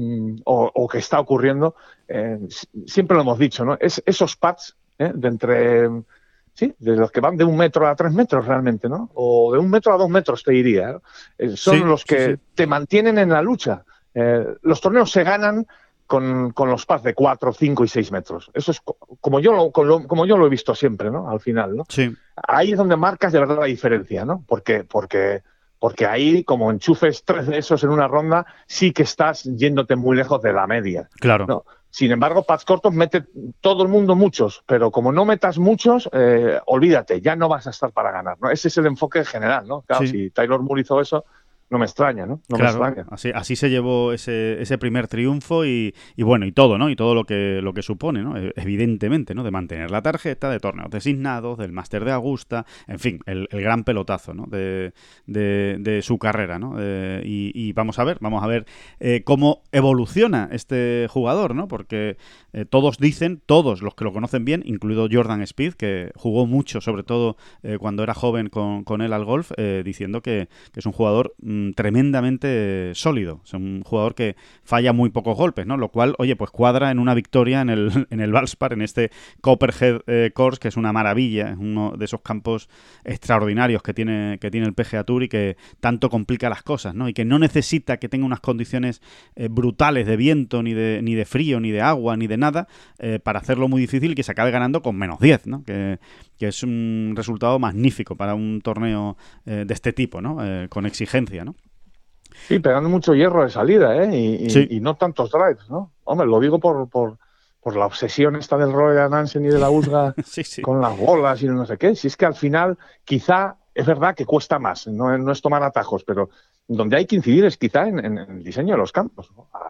o, o que está ocurriendo, eh, siempre lo hemos dicho, ¿no? Es, esos pads, ¿eh? De entre... Sí, de los que van de un metro a tres metros realmente, ¿no? O de un metro a dos metros, te diría, ¿no? Eh, son sí, los que sí, sí. te mantienen en la lucha. Eh, los torneos se ganan con, con los pads de cuatro, cinco y seis metros. Eso es como yo, lo, como yo lo he visto siempre, ¿no? Al final, ¿no? Sí. Ahí es donde marcas de verdad la diferencia, ¿no? Porque, porque, porque ahí, como enchufes tres de esos en una ronda, sí que estás yéndote muy lejos de la media. Claro. ¿no? Sin embargo, pads cortos mete todo el mundo muchos, pero como no metas muchos, eh, olvídate, ya no vas a estar para ganar, ¿no? Ese es el enfoque general, ¿no? Claro, sí. Si Taylor Moore hizo eso, no me extraña, ¿no? No claro, me extraña. Así, así se llevó ese, ese primer triunfo y, y bueno, y todo, ¿no? Y todo lo que, lo que supone, ¿no? Evidentemente, ¿no? De mantener la tarjeta, de torneos designados, del Máster de Augusta, en fin, el, el gran pelotazo, ¿no? De, de, de su carrera, ¿no? Eh, y, y vamos a ver, vamos a ver eh, cómo evoluciona este jugador, ¿no? Porque eh, todos dicen, todos los que lo conocen bien, incluido Jordan Spieth, que jugó mucho, sobre todo eh, cuando era joven con, con él al golf, eh, diciendo que, que es un jugador tremendamente sólido. Es un jugador que falla muy pocos golpes, ¿no? Lo cual, oye, pues cuadra en una victoria en el, en el Valspar, en este Copperhead eh, Course, que es una maravilla, es uno de esos campos extraordinarios que tiene, que tiene el P G A Tour y que tanto complica las cosas, ¿no? Y que no necesita que tenga unas condiciones eh, brutales de viento, ni de, ni de frío, ni de agua, ni de nada, eh, para hacerlo muy difícil y que se acabe ganando con menos diez, ¿no? Que, que es un resultado magnífico para un torneo eh, de este tipo, ¿no? Eh, con exigencia, ¿no? Sí, pegando mucho hierro de salida, ¿eh? Y, y, sí. y no tantos drives, ¿no? Hombre, lo digo por, por, por la obsesión esta del Royal Nansen y de la U S G A sí, sí. con las bolas y no sé qué. Si es que al final, quizá, es verdad que cuesta más, no, no es tomar atajos, pero donde hay que incidir es quizá en, en el diseño de los campos, ¿no? A,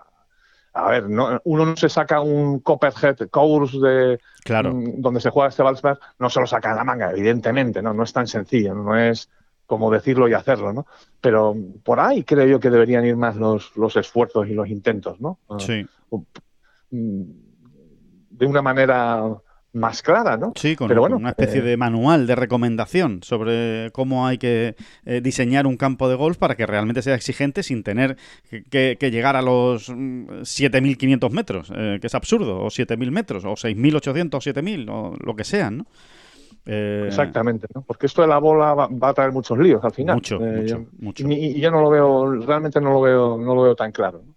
a ver, no, uno no se saca un Copperhead Course de, claro. m, donde se juega este Valspar, no se lo saca en la manga, evidentemente, ¿no? No es tan sencillo, no es como decirlo y hacerlo, ¿no? Pero por ahí creo yo que deberían ir más los, los esfuerzos y los intentos, ¿no? Sí. De una manera más clara, ¿no? Sí, con, Pero bueno, con una especie eh... de manual de recomendación sobre cómo hay que eh, diseñar un campo de golf para que realmente sea exigente sin tener que, que llegar a los siete mil quinientos metros, eh, que es absurdo, o siete mil metros, o seis mil ochocientos, o siete mil, o lo que sean, ¿no? Eh... Exactamente, ¿no? Porque esto de la bola va, va a traer muchos líos al final. Mucho, eh, mucho, yo, mucho. Y, y yo no lo veo, realmente no lo veo, no lo veo tan claro, ¿no?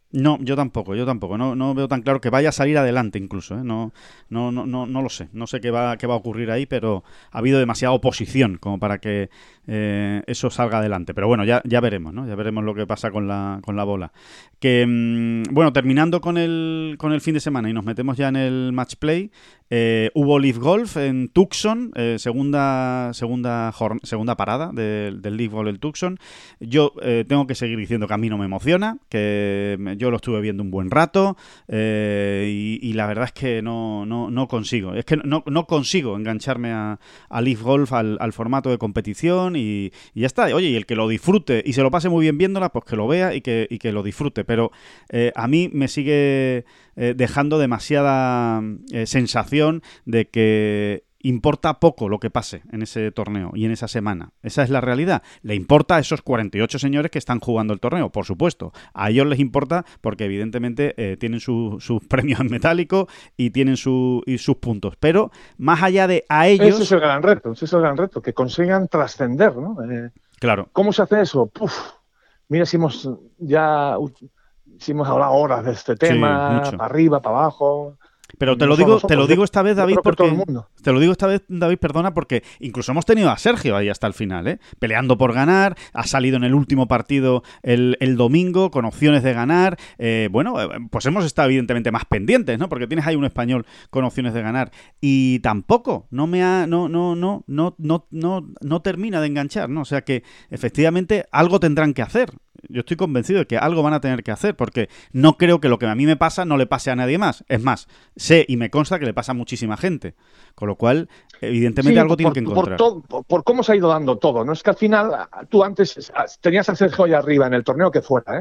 No, yo tampoco, yo tampoco. No, no veo tan claro que vaya a salir adelante incluso, ¿eh? No, no, no, no, no lo sé. No sé qué va, qué va a ocurrir ahí, pero ha habido demasiada oposición como para que eh, eso salga adelante. Pero bueno, ya, ya veremos, ¿no? Ya veremos lo que pasa con la, con la bola. Que mmm, bueno, terminando con el, con el fin de semana y nos metemos ya en el match play. Eh, hubo Leaf Golf en Tucson, eh, segunda, segunda, jorn- segunda parada de, del Leaf Golf en Tucson. Yo eh, tengo que seguir diciendo que a mí no me emociona, que me, yo lo estuve viendo un buen rato eh, y, y la verdad es que no, no, no consigo. Es que no, no consigo engancharme a, a Leaf Golf, al, al formato de competición y, y ya está. Oye, y el que lo disfrute y se lo pase muy bien viéndola, pues que lo vea y que, y que lo disfrute. Pero eh, a mí me sigue eh, dejando demasiada eh, sensación de que importa poco lo que pase en ese torneo y en esa semana. Esa es la realidad. Le importa a esos cuarenta y ocho señores que están jugando el torneo, por supuesto. A ellos les importa porque evidentemente eh, tienen sus su premios en metálico y tienen su, y sus puntos. Pero más allá de a ellos... Ese es el gran reto, ese es el gran reto, que consigan trascender, ¿no? Eh, claro. ¿Cómo se hace eso? Puf, mira si hemos ya si hemos hablado horas de este tema, sí, para arriba, para abajo... Pero te lo digo, te lo digo esta vez, David, porque te lo digo esta vez, David, perdona, porque incluso hemos tenido a Sergio ahí hasta el final, ¿eh? Peleando por ganar, ha salido en el último partido el, el domingo con opciones de ganar. Eh, bueno, pues hemos estado evidentemente más pendientes, ¿no? Porque tienes ahí un español con opciones de ganar y tampoco, no me ha, no, no, no, no, no, no, no termina de enganchar, ¿no? O sea que efectivamente algo tendrán que hacer. Yo estoy convencido de que algo van a tener que hacer, porque no creo que lo que a mí me pasa no le pase a nadie más. Es más, sé y me consta que le pasa a muchísima gente. Con lo cual, evidentemente sí, algo tienen por, que encontrar. Por, todo, por, por cómo se ha ido dando todo, ¿no? Es que al final, tú antes tenías a Sergio ahí arriba en el torneo que fuera, ¿eh?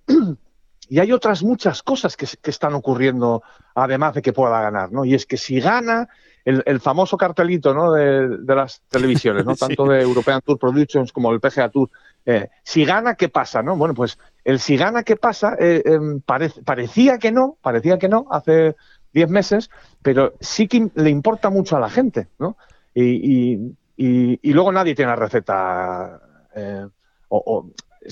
Y hay otras muchas cosas que, que están ocurriendo, además de que pueda ganar, ¿no? Y es que si gana... El, el famoso cartelito, ¿no? de, de las televisiones, ¿no? Tanto sí. de European Tour Productions como el P G A Tour. Eh, si gana, ¿qué pasa? ¿No? Bueno, pues el si gana, ¿qué pasa? Eh, eh, parece, parecía que no, parecía que no, hace diez meses, pero sí que le importa mucho a la gente, ¿no? Y, y, y, y luego nadie tiene la receta, eh, o, o,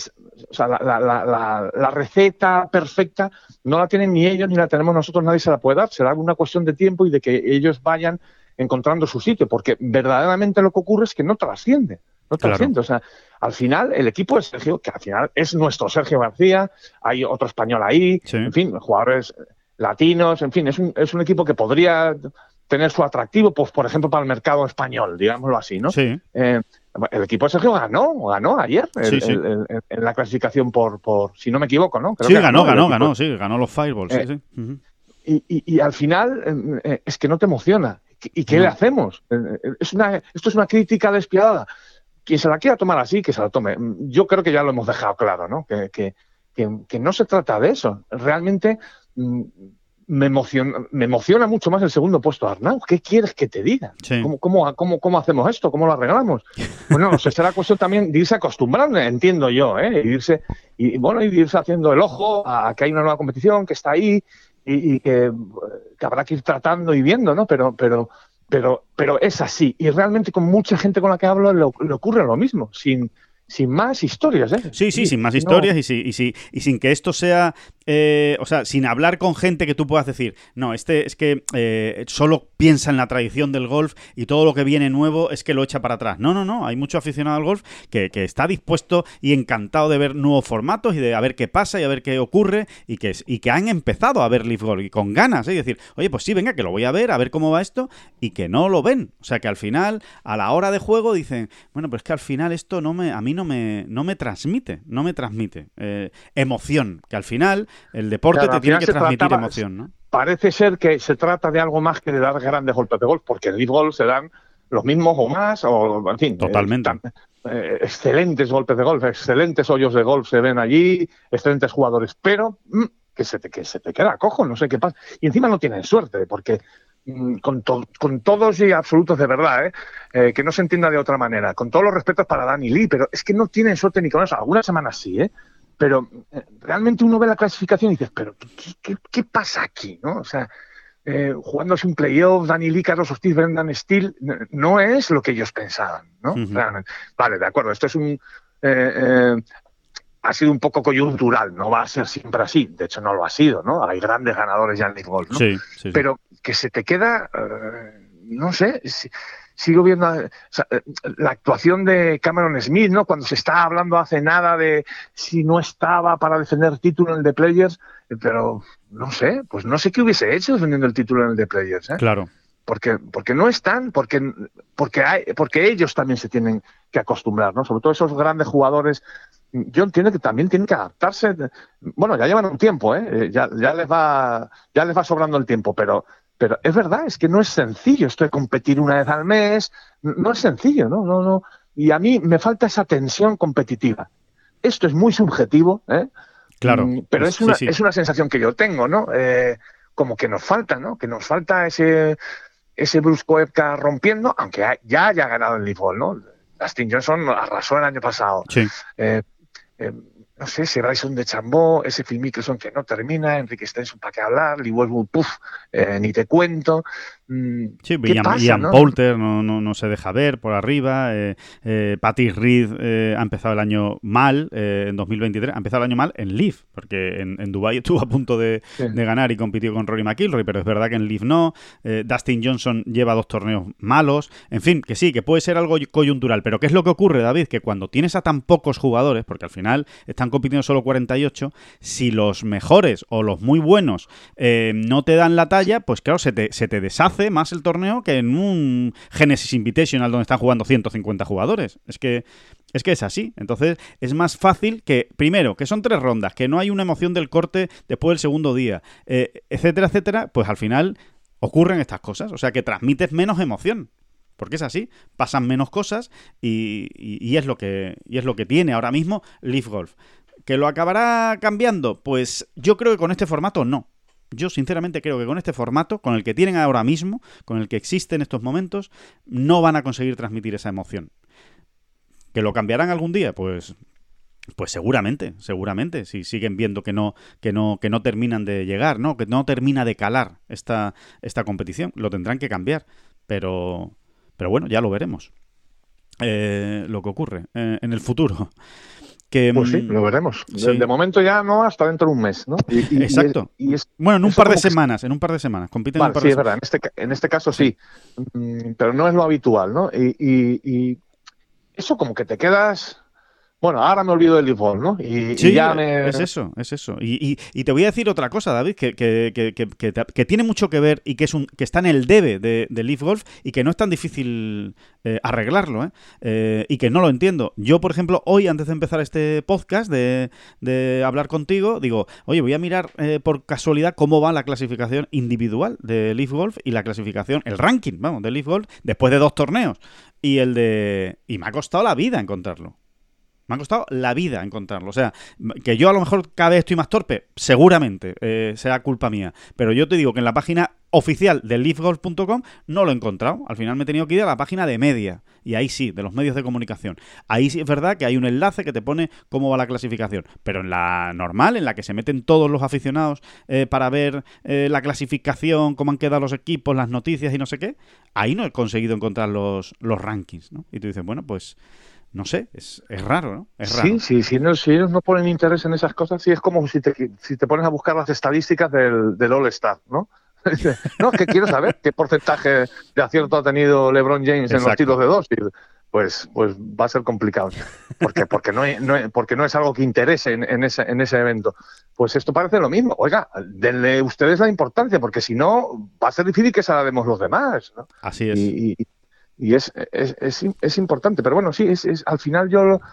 o sea, la, la, la, la receta perfecta no la tienen ni ellos ni la tenemos nosotros, nadie se la puede dar. Será una cuestión de tiempo y de que ellos vayan encontrando su sitio, porque verdaderamente lo que ocurre es que no trasciende, no trasciende. Claro. O sea, al final el equipo de Sergio, que al final es nuestro Sergio García, hay otro español ahí, sí. En fin, jugadores latinos, en fin, es un, es un equipo que podría tener su atractivo, pues por ejemplo para el mercado español, digámoslo así, ¿no? Sí. Eh, el equipo de Sergio ganó, ganó ayer sí, el, sí. El, el, el, en la clasificación por, por, si no me equivoco, ¿no? Creo sí, que ganó, ganó, ganó, ganó, sí, ganó los Fireballs, eh, sí, sí. Uh-huh. Y, y, y al final eh, es que no te emociona. ¿Y qué no. le hacemos? Es una, esto es una crítica despiadada. Quien se la quiera tomar así, que se la tome. Yo creo que ya lo hemos dejado claro, ¿no? Que, que, que, que no se trata de eso. Realmente mm, me emociona, me emociona mucho más el segundo puesto. Arnau, ¿qué quieres que te diga? Sí. ¿Cómo, cómo, cómo, ¿Cómo hacemos esto? ¿Cómo lo arreglamos? Bueno, no sé, será cuestión también de irse acostumbrando, entiendo yo, ¿eh? Y irse, y, bueno, y irse haciendo el ojo a que hay una nueva competición que está ahí y, y que, que habrá que ir tratando y viendo, ¿no? Pero, pero, pero, pero es así. Y realmente con mucha gente con la que hablo le, le ocurre lo mismo, sin... sin más historias, ¿eh? Sí, sí, sin más historias no. y, si, y, si, y sin que esto sea... Eh, o sea, sin hablar con gente que tú puedas decir, no, este es que eh, solo piensa en la tradición del golf y todo lo que viene nuevo es que lo echa para atrás. No, no, no, hay mucho aficionado al golf que, que está dispuesto y encantado de ver nuevos formatos y de a ver qué pasa y a ver qué ocurre y que, y que han empezado a ver Leaf Golf y con ganas, ¿eh? Y decir, oye, pues sí, venga, que lo voy a ver, a ver cómo va esto y que no lo ven. O sea, que al final, a la hora de juego dicen, bueno, pues es que al final esto no me, a mí no me, no me transmite, no me transmite eh, emoción, que al final el deporte claro, te tiene que transmitir trataba, emoción, ¿no? Parece ser que se trata de algo más que de dar grandes golpes de golf, porque en Leaf Golf se dan los mismos o más, o en fin. Totalmente. Eh, eh, excelentes golpes de golf, excelentes hoyos de golf se ven allí, excelentes jugadores, pero mm, que, se te, que se te queda cojo, no sé qué pasa. Y encima no tienen suerte, porque mm, con, to, con todos y absolutos de verdad, ¿eh? Eh, que no se entienda de otra manera, con todos los respetos para Dani Lee, pero es que no tienen suerte ni con eso. Algunas semanas sí, ¿eh? Pero eh, realmente uno ve la clasificación y dices, pero ¿qué, qué, qué pasa aquí? ¿No? O sea, eh, jugándose un playoff, Dani Lee, Carlos Ortiz, Brendan Steele, no es lo que ellos pensaban, ¿no? Uh-huh. Realmente. Vale, de acuerdo, esto es un... Eh, eh, ha sido un poco coyuntural, no va a ser siempre así, de hecho no lo ha sido, ¿no? Hay grandes ganadores ya en Leaf Golf, ¿no? Sí, sí, sí. Pero que se te queda, eh, no sé, si, sigo viendo o sea, la actuación de Cameron Smith, ¿no? Cuando se está hablando hace nada de si no estaba para defender título en el The Players, pero no sé, pues no sé qué hubiese hecho defendiendo el título en el The Players, ¿eh? Claro. Porque, porque no están, porque, porque, hay, porque ellos también se tienen que acostumbrar, ¿no? Sobre todo esos grandes jugadores. Yo entiendo que también tienen que adaptarse. Bueno, ya llevan un tiempo, ¿eh? Ya, ya les va, ya les va sobrando el tiempo, pero, pero es verdad, es que no es sencillo esto de competir una vez al mes. No es sencillo, ¿no? No, no. Y a mí me falta esa tensión competitiva. Esto es muy subjetivo, ¿eh? Claro. Pero pues, es una, sí, sí. es una sensación que yo tengo, ¿no? Eh, como que nos falta, ¿no? Que nos falta ese, ese Bruce Koepka rompiendo, aunque ya haya ganado el Leaf Golf, ¿no? Dustin Johnson arrasó el año pasado. Sí. Eh, eh, no sé, ese Bryson de Chambó, ese Phil Mickelson que no termina, Enrique Stenson para qué hablar, Lee Westwood, puff, eh, ni te cuento. Mm, Sí, ¿qué Ian, pasa, Ian no? Poulter no, no, no se deja ver por arriba. Eh, eh, Patty Reed eh, ha empezado el año mal, eh, en dos mil veintitrés. Ha empezado el año mal en Leaf, porque en, en Dubái estuvo a punto de, Sí. de ganar y compitió con Rory McIlroy, pero es verdad que en Leaf no. Eh, Dustin Johnson lleva dos torneos malos. En fin, que sí, que puede ser algo coyuntural. Pero ¿qué es lo que ocurre, David? Que cuando tienes a tan pocos jugadores, porque al final están compitiendo solo cuarenta y ocho, si los mejores o los muy buenos eh, no te dan la talla, pues claro, se te, se te deshace más el torneo que en un Genesis Invitational donde están jugando ciento cincuenta jugadores. Es que es que es así. Entonces es más fácil que, primero, que son tres rondas, que no hay una emoción del corte después del segundo día, eh, etcétera, etcétera, pues al final ocurren estas cosas. O sea que transmites menos emoción. Porque es así, pasan menos cosas y, y, y es lo que y es lo que tiene ahora mismo Leaf Golf. ¿Que lo acabará cambiando? Pues yo creo que con este formato no. Yo sinceramente creo que con este formato, con el que tienen ahora mismo, con el que existe en estos momentos, no van a conseguir transmitir esa emoción. ¿Que lo cambiarán algún día? Pues pues seguramente, seguramente, si siguen viendo que no que no que no terminan de llegar, ¿no? Que no termina de calar esta esta competición, lo tendrán que cambiar, pero pero bueno, ya lo veremos. Eh, lo que ocurre eh, en el futuro. Que, Pues sí, lo veremos. De, sí. de momento ya no, hasta dentro de un mes, ¿no? Y, y, Exacto. Y es, y es, bueno, en un par de que... semanas, en un par de semanas. Compiten vale, en un par sí, de es verdad. En este, en este caso sí. Mm, pero no es lo habitual, ¿no? Y, y, y eso como que te quedas... Bueno, ahora me olvido del Leaf Golf, ¿no? Y, sí, y ya me... es eso, es eso. Y, y, y te voy a decir otra cosa, David, que, que, que, que, que, que tiene mucho que ver y que es un que está en el debe de, de Leaf Golf y que no es tan difícil eh, arreglarlo, ¿eh? Eh, y que no lo entiendo. Yo, por ejemplo, hoy, antes de empezar este podcast, de, de hablar contigo, digo, oye, voy a mirar eh, por casualidad cómo va la clasificación individual de Leaf Golf y la clasificación, el ranking, vamos, de Leaf Golf, después de dos torneos. Y el de... Y me ha costado la vida encontrarlo. Me ha costado la vida encontrarlo. O sea, que yo a lo mejor cada vez estoy más torpe, seguramente eh, será culpa mía. Pero yo te digo que en la página oficial de leaf golf punto com no lo he encontrado. Al final me he tenido que ir a la página de media. Y ahí sí, de los medios de comunicación. Ahí sí es verdad que hay un enlace que te pone cómo va la clasificación. Pero en la normal, en la que se meten todos los aficionados eh, para ver eh, la clasificación, cómo han quedado los equipos, las noticias y no sé qué, ahí no he conseguido encontrar los, los rankings, ¿no? Y tú dices, bueno, pues... No sé, es, es raro, ¿no? Es raro. Sí, sí, si, no, si ellos no ponen interés en esas cosas, sí es como si te, si te pones a buscar las estadísticas del, del All-Star, ¿no? No, es que quiero saber qué porcentaje de acierto ha tenido LeBron James en Exacto. los tiros de dos. Y pues, pues va a ser complicado. Porque, porque, no, no, porque no es algo que interese en, en, ese, en ese evento. Pues esto parece lo mismo. Oiga, denle ustedes la importancia, porque si no, va a ser difícil que se la demos los demás, ¿no? Así es. Y, y, Y es, es, es, es importante, pero bueno, sí, es, es al final yo lo,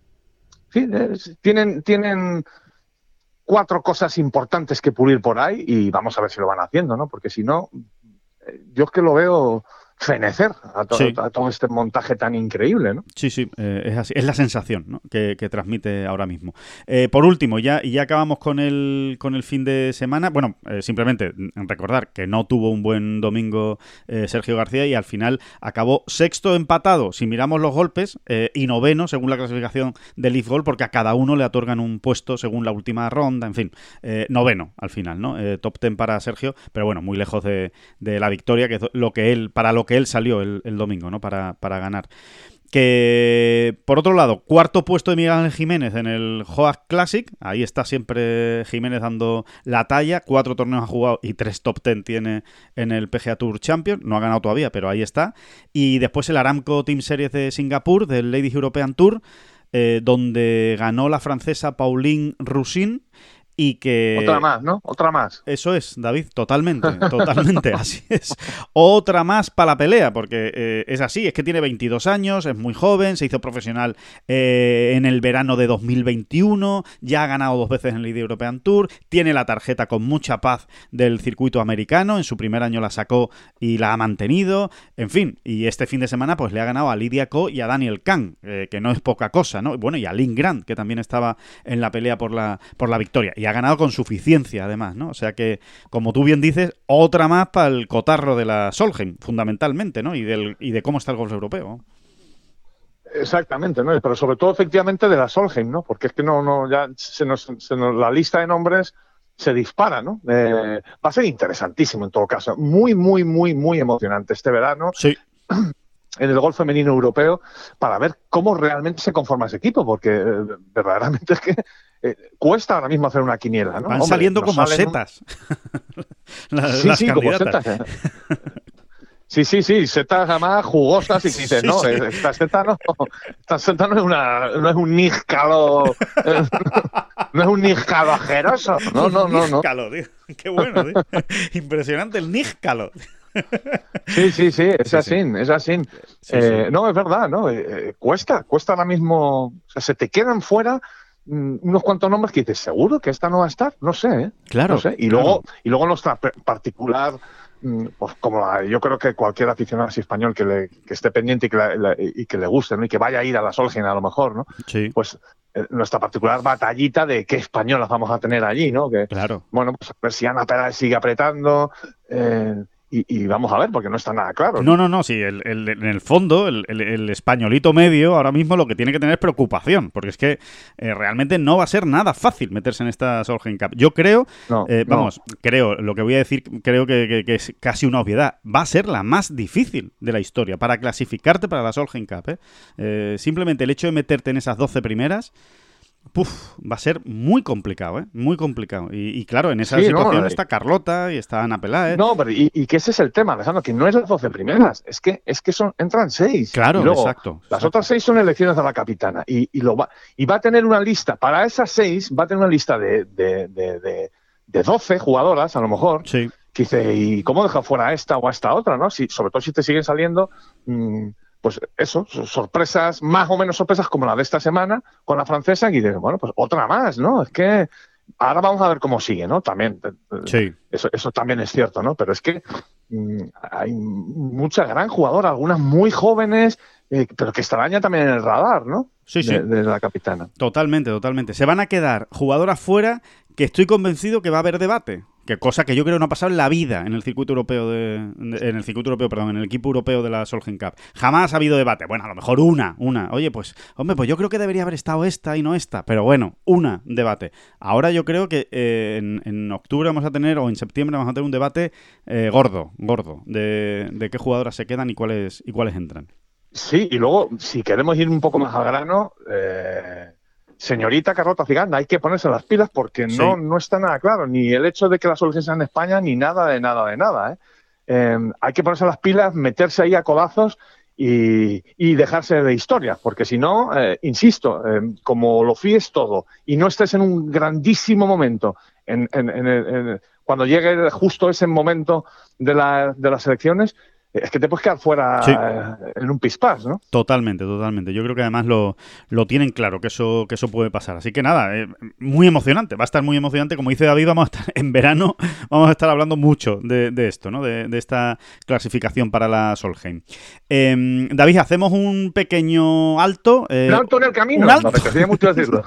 sí, es, tienen, tienen cuatro cosas importantes que pulir por ahí y vamos a ver si lo van haciendo, ¿no? Porque si no, yo es que lo veo fenecer a, to sí. a todo este montaje tan increíble, ¿no? Sí, sí, eh, es así. Es la sensación, ¿no? que, que transmite ahora mismo. Eh, por último, ya y ya acabamos con el con el fin de semana. Bueno, eh, simplemente recordar que no tuvo un buen domingo eh, Sergio García y al final acabó sexto empatado, si miramos los golpes, eh, y noveno según la clasificación del Leaf Golf, porque a cada uno le otorgan un puesto según la última ronda, en fin, eh, noveno al final, ¿no? Eh, top ten para Sergio, pero bueno, muy lejos de, de la victoria, que es lo que él, para lo que él salió el, el domingo, ¿no? Para, para ganar. Que, por otro lado, cuarto puesto de Miguel Ángel Jiménez en el Hoag Classic. Ahí está siempre Jiménez dando la talla. Cuatro torneos ha jugado y tres top ten tiene en el P G A Tour Champions. No ha ganado todavía, pero ahí está. Y después el Aramco Team Series de Singapur, del Ladies European Tour, eh, donde ganó la francesa Pauline Rousin. Y que... Otra más, ¿no? Otra más. Eso es, David, totalmente, totalmente, así es. Otra más para la pelea, porque eh, es así, es que tiene veintidós años, es muy joven, se hizo profesional eh, en el verano de dos mil veintiuno, ya ha ganado dos veces en el Ladies European Tour, tiene la tarjeta con mucha paz del circuito americano, en su primer año la sacó y la ha mantenido, en fin, y este fin de semana pues le ha ganado a Lydia Ko y a Daniel Kahn, eh, que no es poca cosa, ¿no? Bueno, y a Lynn Grant, que también estaba en la pelea por la, por la victoria. Y ha ganado con suficiencia, además, ¿no? O sea que, como tú bien dices, otra más para el cotarro de la Solheim, fundamentalmente, ¿no? Y, del, y de cómo está el golf europeo. Exactamente, ¿no? Pero sobre todo, efectivamente, de la Solheim, ¿no? Porque es que no, no, ya se nos, se nos la lista de nombres se dispara, ¿no? Eh, va a ser interesantísimo en todo caso. Muy, muy, muy, muy emocionante este verano. Sí. En el golf femenino europeo, para ver cómo realmente se conforma ese equipo, porque eh, verdaderamente es que eh, cuesta ahora mismo hacer una quiniela, ¿no? Van Hombre, saliendo nos como salen setas. Un... las, sí, las sí, candidatas. como setas. Sí, sí, sí, setas además jugosas y Sí, dices, sí, no, sí. esta seta no, esta seta no es una, no es un níscalo, no es un níscalo ajeroso, no, no, no, no. Níscalo, tío. Qué bueno, tío. Impresionante el níscalo. Sí, sí, sí, es Sí, así, sí. es así. Sí, eh, sí. No, es verdad, ¿no? Eh, eh, cuesta, cuesta ahora mismo, o sea, se te quedan fuera mm, unos cuantos nombres que dices, ¿seguro que esta no va a estar? No sé, ¿eh? Claro, No sé. Y claro. luego, y luego nuestra pe- particular, mm, pues como la- yo creo que cualquier aficionado así español que, le, que esté pendiente y que, la- la- y que le guste, ¿no? Y que vaya a ir a la Solheim a lo mejor, ¿no? Sí, Pues eh, nuestra particular batallita de qué españolas vamos a tener allí, ¿no? Que, claro. bueno, pues a ver si Ana Peláez sigue apretando, eh, y, y vamos a ver, porque no está nada claro. No, no, no, sí, el, el- en el fondo, el, el- el españolito medio ahora mismo lo que tiene que tener es preocupación, porque es que eh, realmente no va a ser nada fácil meterse en esta Solheim Cup. Yo creo, No, eh, no. vamos, creo, lo que voy a decir, creo que, que- que es casi una obviedad, va a ser la más difícil de la historia para clasificarte para la Solheim Cup. ¿eh? Eh, simplemente el hecho de meterte en esas doce primeras... Puf, va a ser muy complicado, ¿eh? Muy complicado. Y, y claro, en esa Sí, situación no, está Carlota y está Ana Peláez. No, pero y, y que ese es el tema, Alejandro, que no es las doce primeras, es que es que son entran seis. Claro, y luego, exacto, Las exacto. otras seis son elecciones de la capitana y, y lo va y va a tener una lista para esas seis, va a tener una lista de de, de, de, de doce jugadoras a lo mejor. Sí, Que dice, ¿y cómo deja fuera a esta o a esta otra, no? Si, sobre todo si te siguen saliendo, mmm, pues eso, sorpresas, más o menos sorpresas como la de esta semana con la francesa, y dices, bueno, pues otra más, ¿no? Es que ahora vamos a ver cómo sigue, ¿no? También, sí. eso, eso también es cierto, ¿no? Pero es que mmm, hay mucha gran jugadora, algunas muy jóvenes, eh, pero que estarán ya también en el radar, ¿no? Sí, sí. De, de la capitana. Totalmente, totalmente. Se van a quedar jugadoras fuera que estoy convencido que va a haber debate. Que cosa que yo creo no ha pasado en la vida en el circuito europeo de, de- en el circuito europeo, perdón, en el equipo europeo de la Solheim Cup. Jamás ha habido debate. Bueno, a lo mejor una, una. Oye, pues, hombre, pues yo creo que debería haber estado esta y no esta. Pero bueno, una debate. Ahora yo creo que eh, en, en octubre vamos a tener, o en septiembre vamos a tener un debate eh, gordo, gordo, de, de qué jugadoras se quedan y cuáles y cuáles entran. Sí, y luego, si queremos ir un poco más al grano, eh, señorita Carlota Ciganda, hay que ponerse las pilas porque Sí. no, no está nada claro, ni el hecho de que la solución sea en España, ni nada de nada de nada. ¿eh? Eh, hay que ponerse las pilas, meterse ahí a codazos y, y dejarse de historia, porque si no, eh, insisto, eh, como lo fíes todo y no estés en un grandísimo momento, en, en, en, en- cuando llegue justo ese momento de, la, de las elecciones, es que te puedes quedar fuera Sí. eh, en un pispás, ¿no? Totalmente, totalmente. Yo creo que además lo, lo tienen claro, que eso, que eso puede pasar. Así que nada, eh, muy emocionante, va a estar muy emocionante. Como dice David, vamos a estar en verano, vamos a estar hablando mucho de, de esto, ¿no? De, de esta clasificación para la Solheim. Eh, David, hacemos un pequeño alto. eh, Un alto en el camino, un alto. me apetecía mucho decirlo.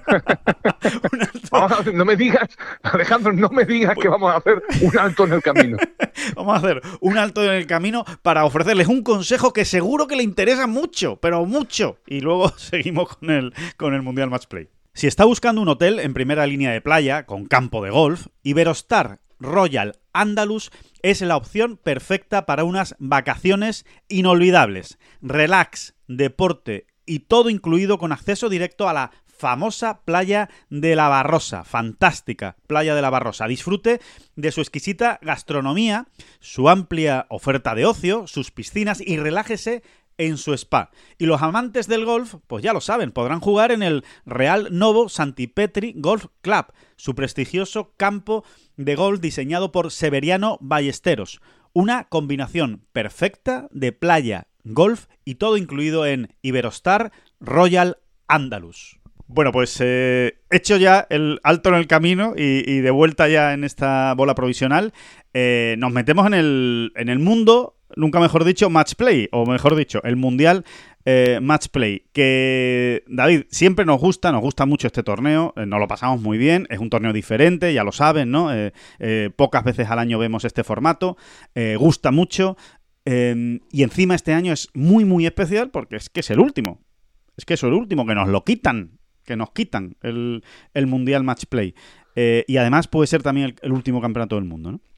un alto. Vamos a- no me digas, Alejandro, no me digas que vamos a hacer un alto en el camino. Vamos a hacer un alto en el camino para ofrecerles un consejo que seguro que le interesa mucho, pero mucho. Y luego seguimos con el, con el Mundial Match Play. Si está buscando un hotel en primera línea de playa, con campo de golf, Iberostar Royal Andalus es la opción perfecta para unas vacaciones inolvidables. Relax, deporte y todo incluido con acceso directo a la famosa playa de la Barrosa, fantástica playa de la Barrosa. Disfrute de su exquisita gastronomía, su amplia oferta de ocio, sus piscinas y relájese en su spa. Y los amantes del golf, pues ya lo saben, podrán jugar en el Real Novo Santipetri Golf Club, su prestigioso campo de golf diseñado por Severiano Ballesteros. Una combinación perfecta de playa, golf y todo incluido en Iberostar Royal Andalus. Bueno, pues eh, hecho ya el alto en el camino y, y de vuelta ya en esta bola provisional, eh, nos metemos en el, en el mundo, nunca mejor dicho, match play, o mejor dicho, el mundial eh, match play, que David, siempre nos gusta, nos gusta mucho este torneo, eh, nos lo pasamos muy bien, es un torneo diferente, ya lo saben, ¿no? Eh, eh, pocas veces al año vemos este formato, eh, gusta mucho, eh, y encima este año es muy, muy especial porque es que es el último, es que es el último, que nos lo quitan. que nos quitan el, el Mundial Match Play. Eh, y además puede ser también el, el último campeonato del mundo, ¿no?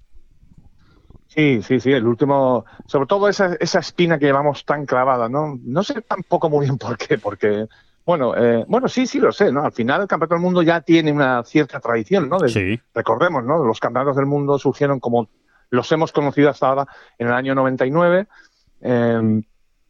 Sí, sí, sí, el último, sobre todo esa, esa espina que llevamos tan clavada, ¿no? No sé tampoco muy bien por qué, porque, bueno, eh, bueno, sí, sí lo sé, ¿no? Al final el campeonato del mundo ya tiene una cierta tradición, ¿no? De, sí. Recordemos, ¿no? Los campeonatos del mundo surgieron como los hemos conocido hasta ahora en el año noventa y nueve, eh,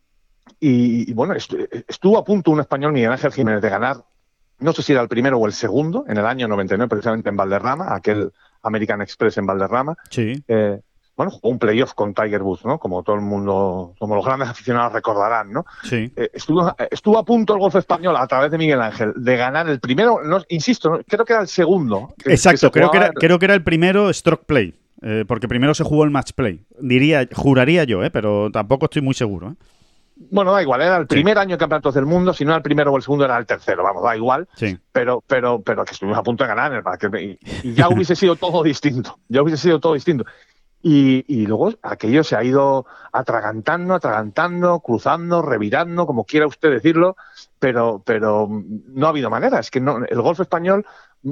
y, y bueno, estuvo a punto un español, Miguel Ángel Jiménez, de ganar. No sé si era el primero o el segundo, en el año noventa y nueve, precisamente en Valderrama, aquel American Express en Valderrama. Sí. Eh, bueno, jugó un playoff con Tiger Woods, ¿no? Como todo el mundo, como los grandes aficionados recordarán, ¿no? Sí. Eh, estuvo, estuvo a punto el golf español, a través de Miguel Ángel, de ganar el primero, no, insisto, ¿no? Creo que era el segundo. Que, Exacto, que creo, que era, el... creo que era el primero stroke play, eh, porque primero se jugó el match play. Diría, juraría yo, ¿eh? Pero tampoco estoy muy seguro, ¿eh? Bueno, da igual, era el primer sí. año de campeonatos del mundo, si no era el primero o el segundo era el tercero, vamos, da igual, sí. pero, pero, pero que estuvimos a punto de ganar, el parque, y, y ya hubiese sido todo distinto, ya hubiese sido todo distinto. Y, y luego aquello se ha ido atragantando, atragantando, cruzando, revirando, como quiera usted decirlo, pero, pero no ha habido manera, es que no, el golf español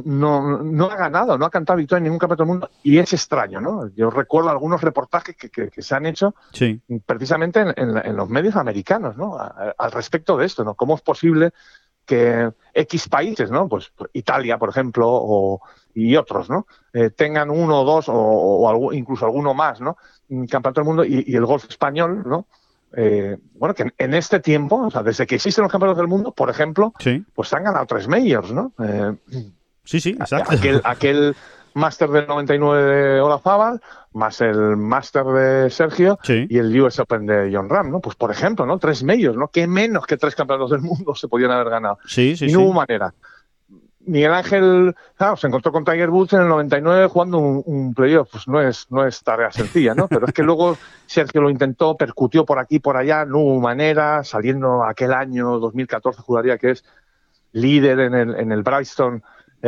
no, no ha ganado, no ha cantado victoria en ningún campeonato del mundo, y es extraño, ¿no? Yo recuerdo algunos reportajes que, que, que se han hecho sí. precisamente en, en, en los medios americanos, ¿no? A, al respecto de esto, ¿no? ¿Cómo es posible que X países, ¿no? Pues Italia, por ejemplo, o, y otros, ¿no? Eh, tengan uno o dos, o, o algo, incluso alguno más, ¿no? Campeonato del mundo, y, y el golf español, ¿no? Eh, bueno, que en, en este tiempo, o sea, desde que existen los campeonatos del mundo, por ejemplo, sí. pues han ganado tres majors, ¿no? Eh, sí, sí, exacto. Aquel, aquel Máster del noventa y nueve de Olazábal, más el Máster de Sergio sí. y el U S Open de Jon Rahm, ¿no? Pues por ejemplo, ¿no? Tres majors, ¿no? ¿Qué menos que tres campeonatos del mundo se podían haber ganado? Sí, sí, y no sí. hubo manera. Miguel Ángel, claro, se encontró con Tiger Woods en el noventa y nueve jugando un, un playoff, pues no es, no es tarea sencilla, ¿no? Pero es que luego Sergio lo intentó, percutió por aquí, por allá, no hubo manera, saliendo aquel año dos mil catorce, juraría que es líder en el, en el Bristol,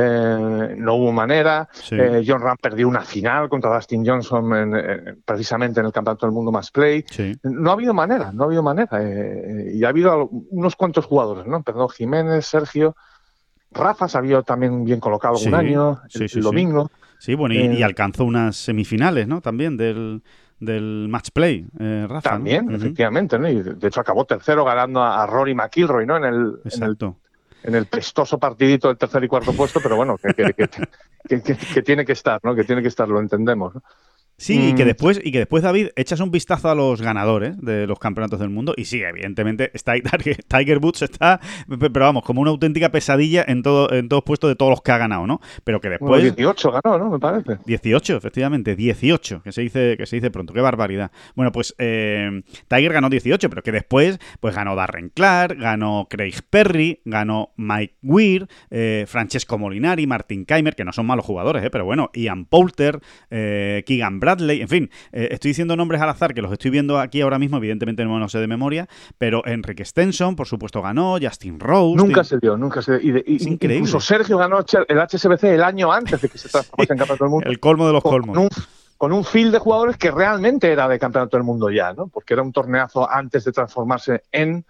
eh, no hubo manera. Sí. Eh, Jon Rahm perdió una final contra Dustin Johnson en, en, precisamente en el Campeonato del Mundo Match Play. Sí. No ha habido manera, no ha habido manera. Eh, y ha habido unos cuantos jugadores, ¿no? Perdón, Jiménez, Sergio, Rafa se había también bien colocado algún sí. año, el, sí, sí, el domingo. Sí, bueno, y, eh, y alcanzó unas semifinales, ¿no? También del, del match play, eh, Rafa. También, ¿no? efectivamente, ¿no? Y de hecho acabó tercero ganando a, a Rory McIlroy, ¿no? En el, Exacto. En el, en el prestoso partidito del tercer y cuarto puesto, pero bueno, que, que, que, que, que, que tiene que estar, ¿no? Que tiene que estar, lo entendemos, ¿no? Sí, mm. y que después, y que después, David, echas un vistazo a los ganadores de los campeonatos del mundo y sí, evidentemente, está Tiger Woods está, pero vamos, como una auténtica pesadilla en todo, en todos puestos de todos los que ha ganado, ¿no? Pero que después... Bueno, dieciocho ganó, ¿no? Me parece. dieciocho, efectivamente, dieciocho, que se dice, que se dice pronto, qué barbaridad. Bueno, pues eh, Tiger ganó dieciocho, pero que después, pues ganó Darren Clarke, ganó Craig Perry, ganó Mike Weir, eh, Francesco Molinari, Martin Kaymer, que no son malos jugadores, eh, pero bueno, Ian Poulter, eh, Keegan Bradley, en fin, eh, estoy diciendo nombres al azar que los estoy viendo aquí ahora mismo, evidentemente no me los sé de memoria, pero Enrique Stenson, por supuesto, ganó, Justin Rose... Nunca Tim... se dio, nunca se dio. Y de, y, es increíble. Incluso Sergio ganó el H S B C el año antes de que se transformase en Campeonato del Mundo. El colmo de los con, colmos. Con un, con un field de jugadores que realmente era de Campeonato del Mundo ya, ¿no? Porque era un torneazo antes de transformarse en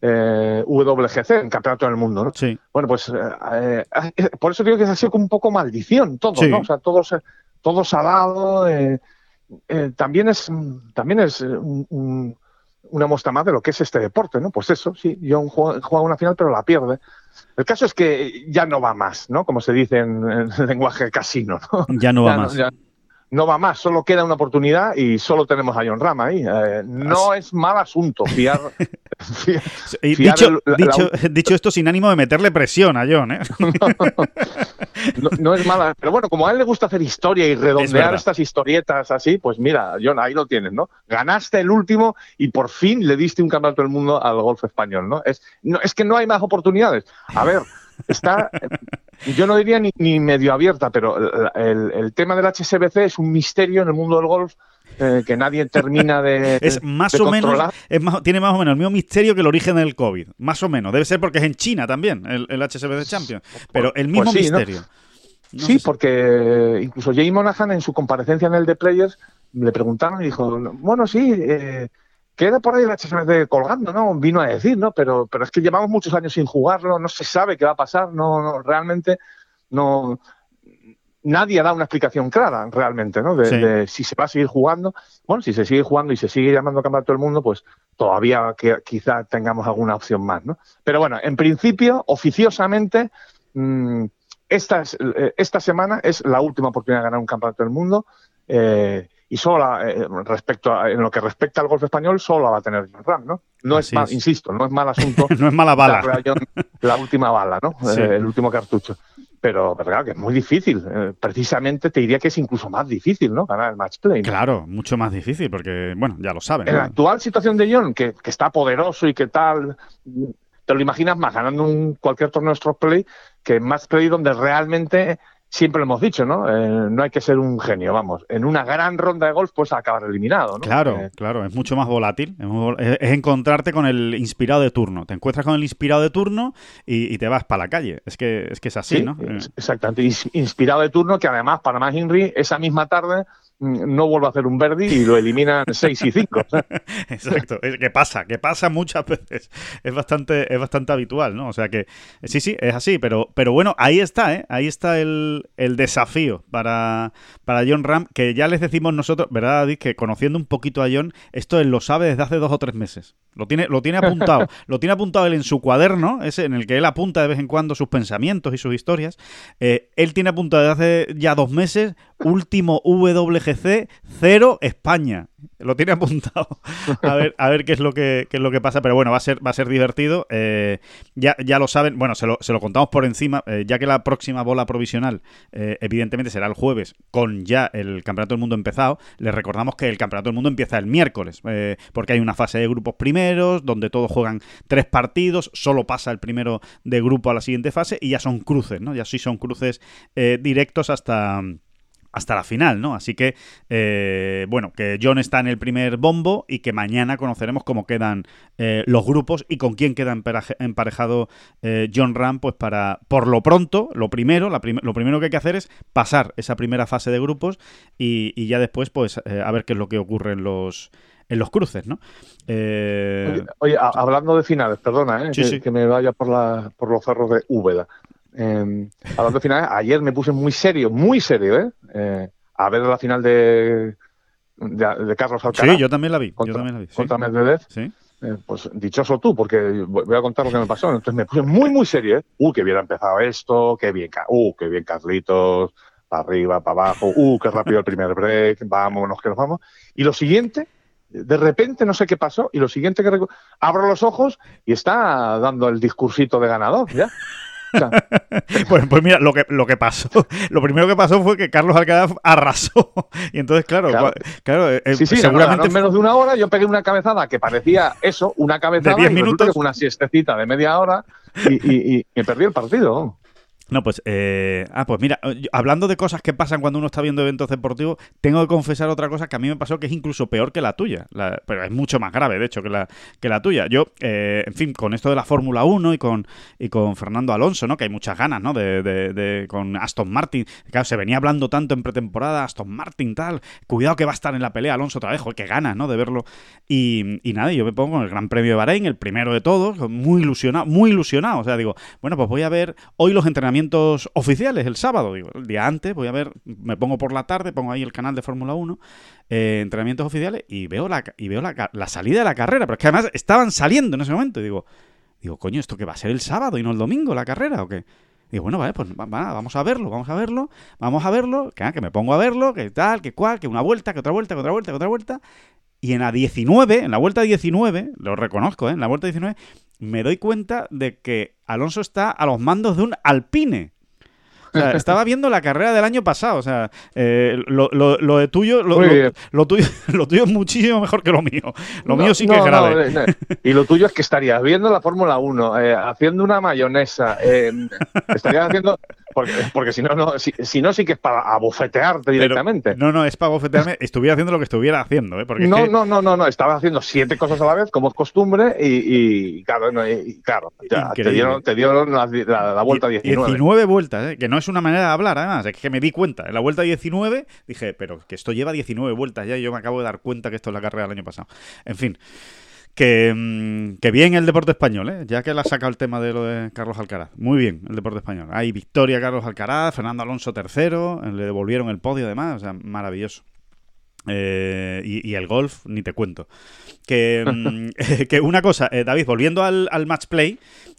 eh, W G C, en Campeonato del Mundo, ¿no? Sí. Bueno, pues eh, eh, por eso digo que ha sido como un poco maldición todo, sí. ¿no? O sea, todo se, todo se ha dado... Eh, Eh, también es también es un, un, una muestra más de lo que es este deporte, ¿no? Pues eso, sí, John juega, juega una final pero la pierde. El caso es que ya no va más, ¿no? Como se dice en, en el lenguaje casino, ¿no? Ya no va ya más. No, ya, no va más, solo queda una oportunidad y solo tenemos a Jon Rahm ahí. Eh, no es mal asunto fiar. fiar, y fiar dicho, el, la, dicho, la... dicho esto sin ánimo de meterle presión a Jon, ¿eh? no, no es mala, pero bueno, como a él le gusta hacer historia y redondear estas historietas así, pues mira, Jon, ahí lo tienes, ¿no? Ganaste el último y por fin le diste un campeonato del mundo al golf español, ¿no? Es, no, es que no hay más oportunidades. A ver, está... Yo no diría ni, ni medio abierta, pero el, el tema del H S B C es un misterio en el mundo del golf eh, que nadie termina de Es más de o menos, controlar. es más, tiene más o menos el mismo misterio que el origen del COVID. Más o menos. Debe ser porque es en China también, el, el H S B C Champions. Pero el mismo pues sí, misterio. ¿no? No sí, sé. porque incluso Jay Monahan en su comparecencia en el The Players le preguntaron y dijo, bueno, sí, eh, queda por ahí el H S B C colgando, ¿no? Vino a decir, ¿no? Pero, pero es que llevamos muchos años sin jugarlo, no se sabe qué va a pasar, no, no realmente no... Nadie da una explicación clara, realmente, ¿no? De, Sí. de si se va a seguir jugando. Bueno, si se sigue jugando y se sigue llamando Campeonato del Mundo, pues todavía que, quizá tengamos alguna opción más, ¿no? Pero bueno, en principio, oficiosamente, mmm, esta, es, eh, esta semana es la última oportunidad de ganar un Campeonato del Mundo. Eh, y solo la, eh, respecto a, en lo que respecta al golf español, solo la va a tener Jon Rahm, ¿no? No Así es mal, es. insisto, no es mal asunto. No es mala bala. darle a Jon la última bala, ¿no? Sí. Eh, el último cartucho. Pero, pero claro, que es muy difícil. Eh, precisamente te diría que es incluso más difícil, ¿no? Ganar el match play, ¿no? Claro, mucho más difícil, porque, bueno, ya lo saben. En ¿no? la actual situación de Jon, que, que está poderoso y que tal, te lo imaginas más ganando un, cualquier torneo de stroke play que en match play donde realmente, siempre lo hemos dicho, ¿no? Eh, no hay que ser un genio, vamos. En una gran ronda de golf puedes acabar eliminado, ¿no? Claro, Eh, claro, es mucho más volátil. Es, muy, es, es encontrarte con el inspirado de turno. Te encuentras con el inspirado de turno y, y te vas para la calle. Es que es, que es así, sí, ¿no? es, exactamente. Inspirado de turno que además, para más Henry, esa misma tarde no vuelve a hacer un birdie y lo eliminan seis y cinco. ¿sabes? Exacto, es que pasa, que pasa muchas veces. Es bastante, es bastante habitual, ¿no? O sea que sí, sí, es así, pero, pero bueno, ahí está, ¿eh? Ahí está el, el desafío para, para Jon Rahm, que ya les decimos nosotros, ¿verdad, David? Que conociendo un poquito a Jon, esto él lo sabe desde hace dos o tres meses. Lo tiene, lo tiene apuntado, lo tiene apuntado él en su cuaderno, ese en el que él apunta de vez en cuando sus pensamientos y sus historias. Eh, él tiene apuntado desde hace ya dos meses, último W G C cero España. Lo tiene apuntado. A ver, a ver qué es lo que qué es lo que pasa, pero bueno, va a ser va a ser divertido. Eh, ya, ya lo saben, bueno, se lo, se lo contamos por encima, eh, ya que la próxima bola provisional eh, evidentemente será el jueves con ya el Campeonato del Mundo empezado. Les recordamos que el Campeonato del Mundo empieza el miércoles, eh, porque hay una fase de grupos primeros donde todos juegan tres partidos, solo pasa el primero de grupo a la siguiente fase y ya son cruces, ¿no? Ya sí son cruces eh, directos hasta hasta la final, ¿no? Así que, eh, bueno, que Jon está en el primer bombo y que mañana conoceremos cómo quedan eh, los grupos y con quién queda empareja, emparejado eh, Jon Rahm, pues para, por lo pronto, lo primero, la prim- lo primero que hay que hacer es pasar esa primera fase de grupos y, y ya después, pues, eh, a ver qué es lo que ocurre en los en los cruces, ¿no? Eh... Oye, oye, a, hablando de finales, perdona, ¿eh? Sí, que, sí. que me vaya por, la, por los cerros de Úbeda. Eh, hablando de finales, ayer me puse muy serio, muy serio, ¿eh? eh a ver la final de, de, de Carlos Alcaraz. Sí, yo también la vi. Contra, yo también la vi. Sí. Contra Medvedev. Sí. Eh, pues dichoso tú, porque voy a contar lo que me pasó. Entonces me puse muy, muy serio, ¿eh? Uh, que hubiera empezado esto, qué bien, uh, qué bien Carlitos, para arriba, para abajo, uh, qué rápido el primer break, vámonos, que nos vamos. Y lo siguiente, de repente, no sé qué pasó, y lo siguiente que recu- abro los ojos y está dando el discursito de ganador, ¿ya? O sea, pues, pues mira, lo que, lo que pasó, lo primero que pasó fue que Carlos Alcaraz arrasó. Y entonces, claro, Claro. cua- claro eh, sí, sí, seguramente ganó en menos de una hora, yo pegué una cabezada que parecía eso, una cabezada, De diez y resulta minutos. que fue una siestecita de media hora y, y, y me perdí el partido. No, pues, eh, ah, pues mira, yo- hablando de cosas que pasan cuando uno está viendo eventos deportivos, tengo que confesar otra cosa que a mí me pasó que es incluso peor que la tuya, la- pero es mucho más grave, de hecho, que la, que la tuya. Yo, eh, en fin, con esto de la Fórmula uno y con, y con Fernando Alonso, ¿no? Que hay muchas ganas, ¿no? De, de, de- con Aston Martin. Claro, se venía hablando tanto en pretemporada, Aston Martin, tal, cuidado que va a estar en la pelea Alonso otra vez, joder, qué ganas, ¿no? De verlo. Y, y nada, yo me pongo con el Gran Premio de Bahrein, el primero de todos, muy ilusionado, muy ilusionado. O sea, digo, bueno, pues voy a ver hoy los entrenamientos entrenamientos oficiales el sábado. Digo, el día antes voy a ver, me pongo por la tarde, pongo ahí el canal de Fórmula uno, eh, entrenamientos oficiales, y veo la y veo la, la salida de la carrera. Pero es que además estaban saliendo en ese momento. Y digo, digo, coño, ¿esto qué va a ser el sábado y no el domingo, la carrera o qué? Digo, bueno, vale, pues va, va, vamos a verlo, vamos a verlo, vamos a verlo, que, que me pongo a verlo, que tal, que cual, que una vuelta, que otra vuelta, que otra vuelta, que otra vuelta. Y en la diecinueve, en la vuelta diecinueve, lo reconozco, ¿eh? En la vuelta diecinueve, me doy cuenta de que Alonso está a los mandos de un Alpine. O sea, estaba viendo la carrera del año pasado. O sea, eh, lo, lo, lo de tuyo, lo, lo, lo tuyo, lo tuyo es muchísimo mejor que lo mío. Lo no, mío sí que no, es grave. No, no. Y lo tuyo es que estarías viendo la Fórmula uno, eh, haciendo una mayonesa, eh, estarías haciendo... Porque, porque si no, no si, si no sí que es para abofetearte directamente. Pero, no, no, es para abofetearme. Estuviera haciendo lo que estuviera haciendo, ¿eh? Porque no, es que... no, no, no, no. Estabas haciendo siete cosas a la vez, como es costumbre, y, y claro, no, y, claro ya, te dieron, te dieron la, la, la vuelta diecinueve. diecinueve vueltas, ¿eh? Que no es una manera de hablar, además. Es que me di cuenta. En la vuelta diecinueve dije, pero que esto lleva diecinueve vueltas ya y yo me acabo de dar cuenta que esto es la carrera del año pasado. En fin. Que, que bien el deporte español, ¿eh? Ya que le ha sacado el tema de lo de Carlos Alcaraz. Muy bien el deporte español. Hay victoria a Carlos Alcaraz, Fernando Alonso tercero, le devolvieron el podio además, o sea, maravilloso. Eh, y, y el golf, ni te cuento. Que, que una cosa, eh, David, volviendo al, al match play,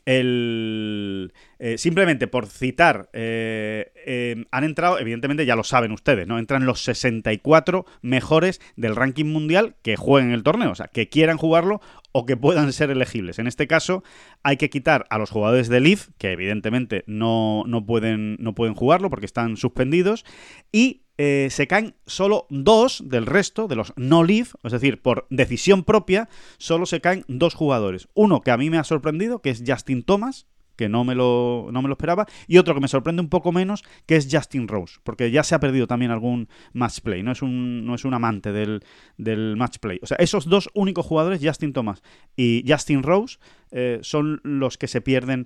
el, eh, simplemente por citar, eh, eh, han entrado, evidentemente ya lo saben ustedes, ¿no? Entran los sesenta y cuatro mejores del ranking mundial que jueguen el torneo, o sea, que quieran jugarlo o que puedan ser elegibles. En este caso hay que quitar a los jugadores de Leaf, que evidentemente no, no, pueden, no pueden jugarlo porque están suspendidos, y eh, se caen solo dos del resto, de los no Leaf, es decir, por decisión propia, solo se caen dos jugadores. Uno que a mí me ha sorprendido, que es Justin Thomas, que no me lo, no me lo esperaba, y otro que me sorprende un poco menos, que es Justin Rose, porque ya se ha perdido también algún match play, no es un, no es un amante del, del match play. O sea, esos dos únicos jugadores, Justin Thomas y Justin Rose, eh, son los que se pierden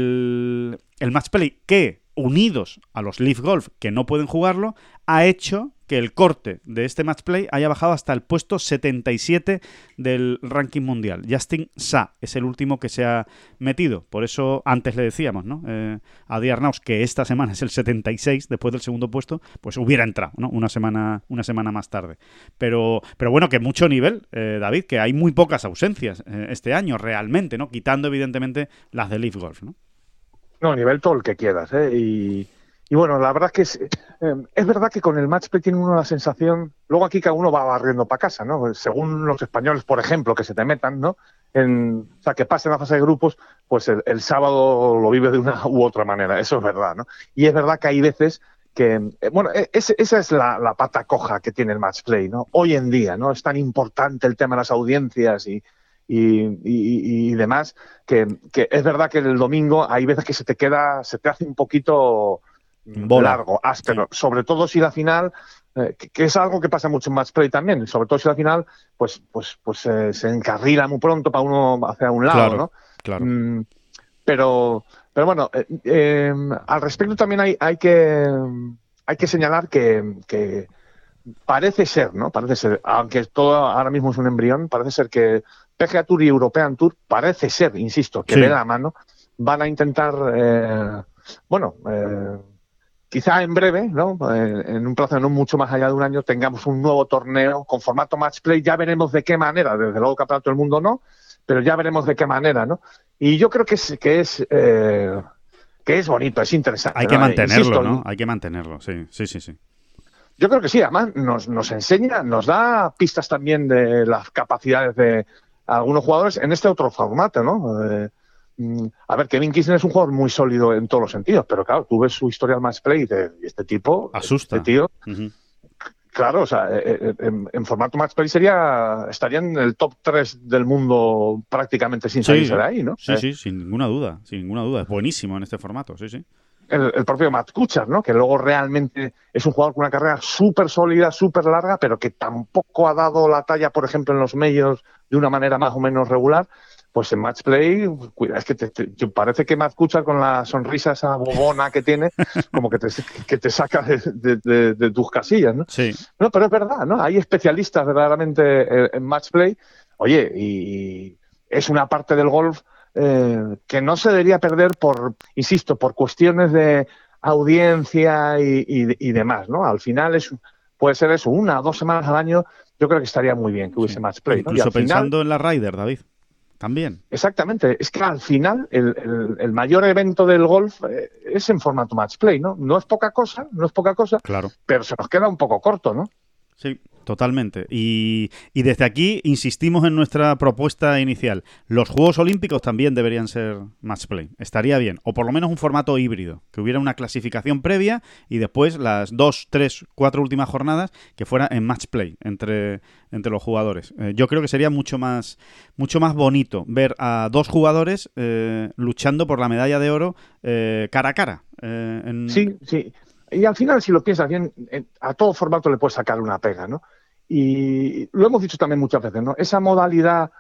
el, el match play, que, unidos a los Leaf Golf, que no pueden jugarlo, ha hecho que el corte de este match play haya bajado hasta el puesto setenta y siete del ranking mundial. Justin Sa es el último que se ha metido. Por eso antes le decíamos, ¿no? Eh, a Adi Arnaus que esta semana es el setenta y seis después del segundo puesto, pues hubiera entrado, ¿no? Una semana, una semana más tarde. Pero, pero bueno, que mucho nivel, eh, David, que hay muy pocas ausencias eh, este año realmente, ¿no? Quitando evidentemente las de Leaf Golf, ¿no? No, nivel todo el que quieras, ¿eh? Y... Y bueno, la verdad es que es, eh, es verdad que con el match play tiene uno la sensación, luego aquí cada uno va barriendo para casa, ¿no? Según los españoles, por ejemplo, que se te metan, ¿no? En, o sea, que pasen la fase de grupos, pues el, el sábado lo vive de una u otra manera, eso es verdad, ¿no? Y es verdad que hay veces que, eh, bueno, es, esa es la, la pata coja que tiene el match play, ¿no? Hoy en día, ¿no? Es tan importante el tema de las audiencias y Y, y, y demás, que, que es verdad que el domingo hay veces que se te queda, se te hace un poquito Bola. largo, áspero, sí. Sobre todo si la final, eh, que, que es algo que pasa mucho en match play también, sobre todo si la final, pues, pues, pues eh, se encarrila muy pronto para uno hacia un lado, claro, ¿no? Claro. Mm, pero, pero bueno, eh, eh, al respecto también hay, hay que hay que señalar que, que parece ser, ¿no? Parece ser, aunque todo ahora mismo es un embrión, parece ser que P G A Tour y European Tour, parece ser, insisto, que sí. de la mano van a intentar, eh, bueno, eh, quizá en breve, ¿no? Eh, en un plazo no mucho más allá de un año, tengamos un nuevo torneo con formato match play, ya veremos de qué manera, desde luego Campeonato del Mundo no, pero ya veremos de qué manera, ¿no? Y yo creo que es, que es, eh, que es bonito, es interesante. Hay que ¿no? mantenerlo, Insisto, ¿no? Hay que mantenerlo, sí, sí, sí, sí. Yo creo que sí, además nos, nos enseña, nos da pistas también de las capacidades de algunos jugadores en este otro formato, ¿no? Eh, a ver, Kevin Kisner es un jugador muy sólido en todos los sentidos, pero claro, tú ves su historial match play de este tipo, asusta. Este tío, uh-huh. Claro, o sea, en, en formato match play sería, estaría en el top tres del mundo prácticamente sin sí, salirse de ahí, ¿no? Sí, eh. sí, sin ninguna duda, sin ninguna duda. Es buenísimo en este formato, sí, sí. El, el propio Matt Kuchar, ¿no? Que luego realmente es un jugador con una carrera súper sólida, súper larga, pero que tampoco ha dado la talla, por ejemplo, en los medios de una manera más o menos regular. Pues en match play, cuida, es que te, te, te parece que Matt Kuchar con la sonrisa esa bobona que tiene, como que te, que te saca de, de, de, de tus casillas, ¿no? Sí. No, pero es verdad, ¿no? Hay especialistas verdaderamente en, en match play. Oye, y es una parte del golf eh, que no se debería perder por, insisto, por cuestiones de audiencia y, y, y demás, ¿no? Al final es, puede ser eso, una o dos semanas al año, yo creo que estaría muy bien que hubiese sí. match play, ¿no? Incluso y al pensando final, en la Ryder, David, también. Exactamente, es que al final el, el, el mayor evento del golf eh, es en formato match play, ¿no? No es poca cosa, no es poca cosa, claro. pero se nos queda un poco corto, ¿no? Sí, totalmente. Y, y desde aquí insistimos en nuestra propuesta inicial. Los Juegos Olímpicos también deberían ser match play. Estaría bien. O por lo menos un formato híbrido. Que hubiera una clasificación previa y después las dos, tres, cuatro últimas jornadas que fuera en match play entre, entre los jugadores. Eh, yo creo que sería mucho más, mucho más bonito ver a dos jugadores eh, luchando por la medalla de oro eh, cara a cara. Eh, en... Sí, sí. Y al final, si lo piensas bien, a todo formato le puedes sacar una pega, ¿no? Y lo hemos dicho también muchas veces, ¿no? Esa modalidad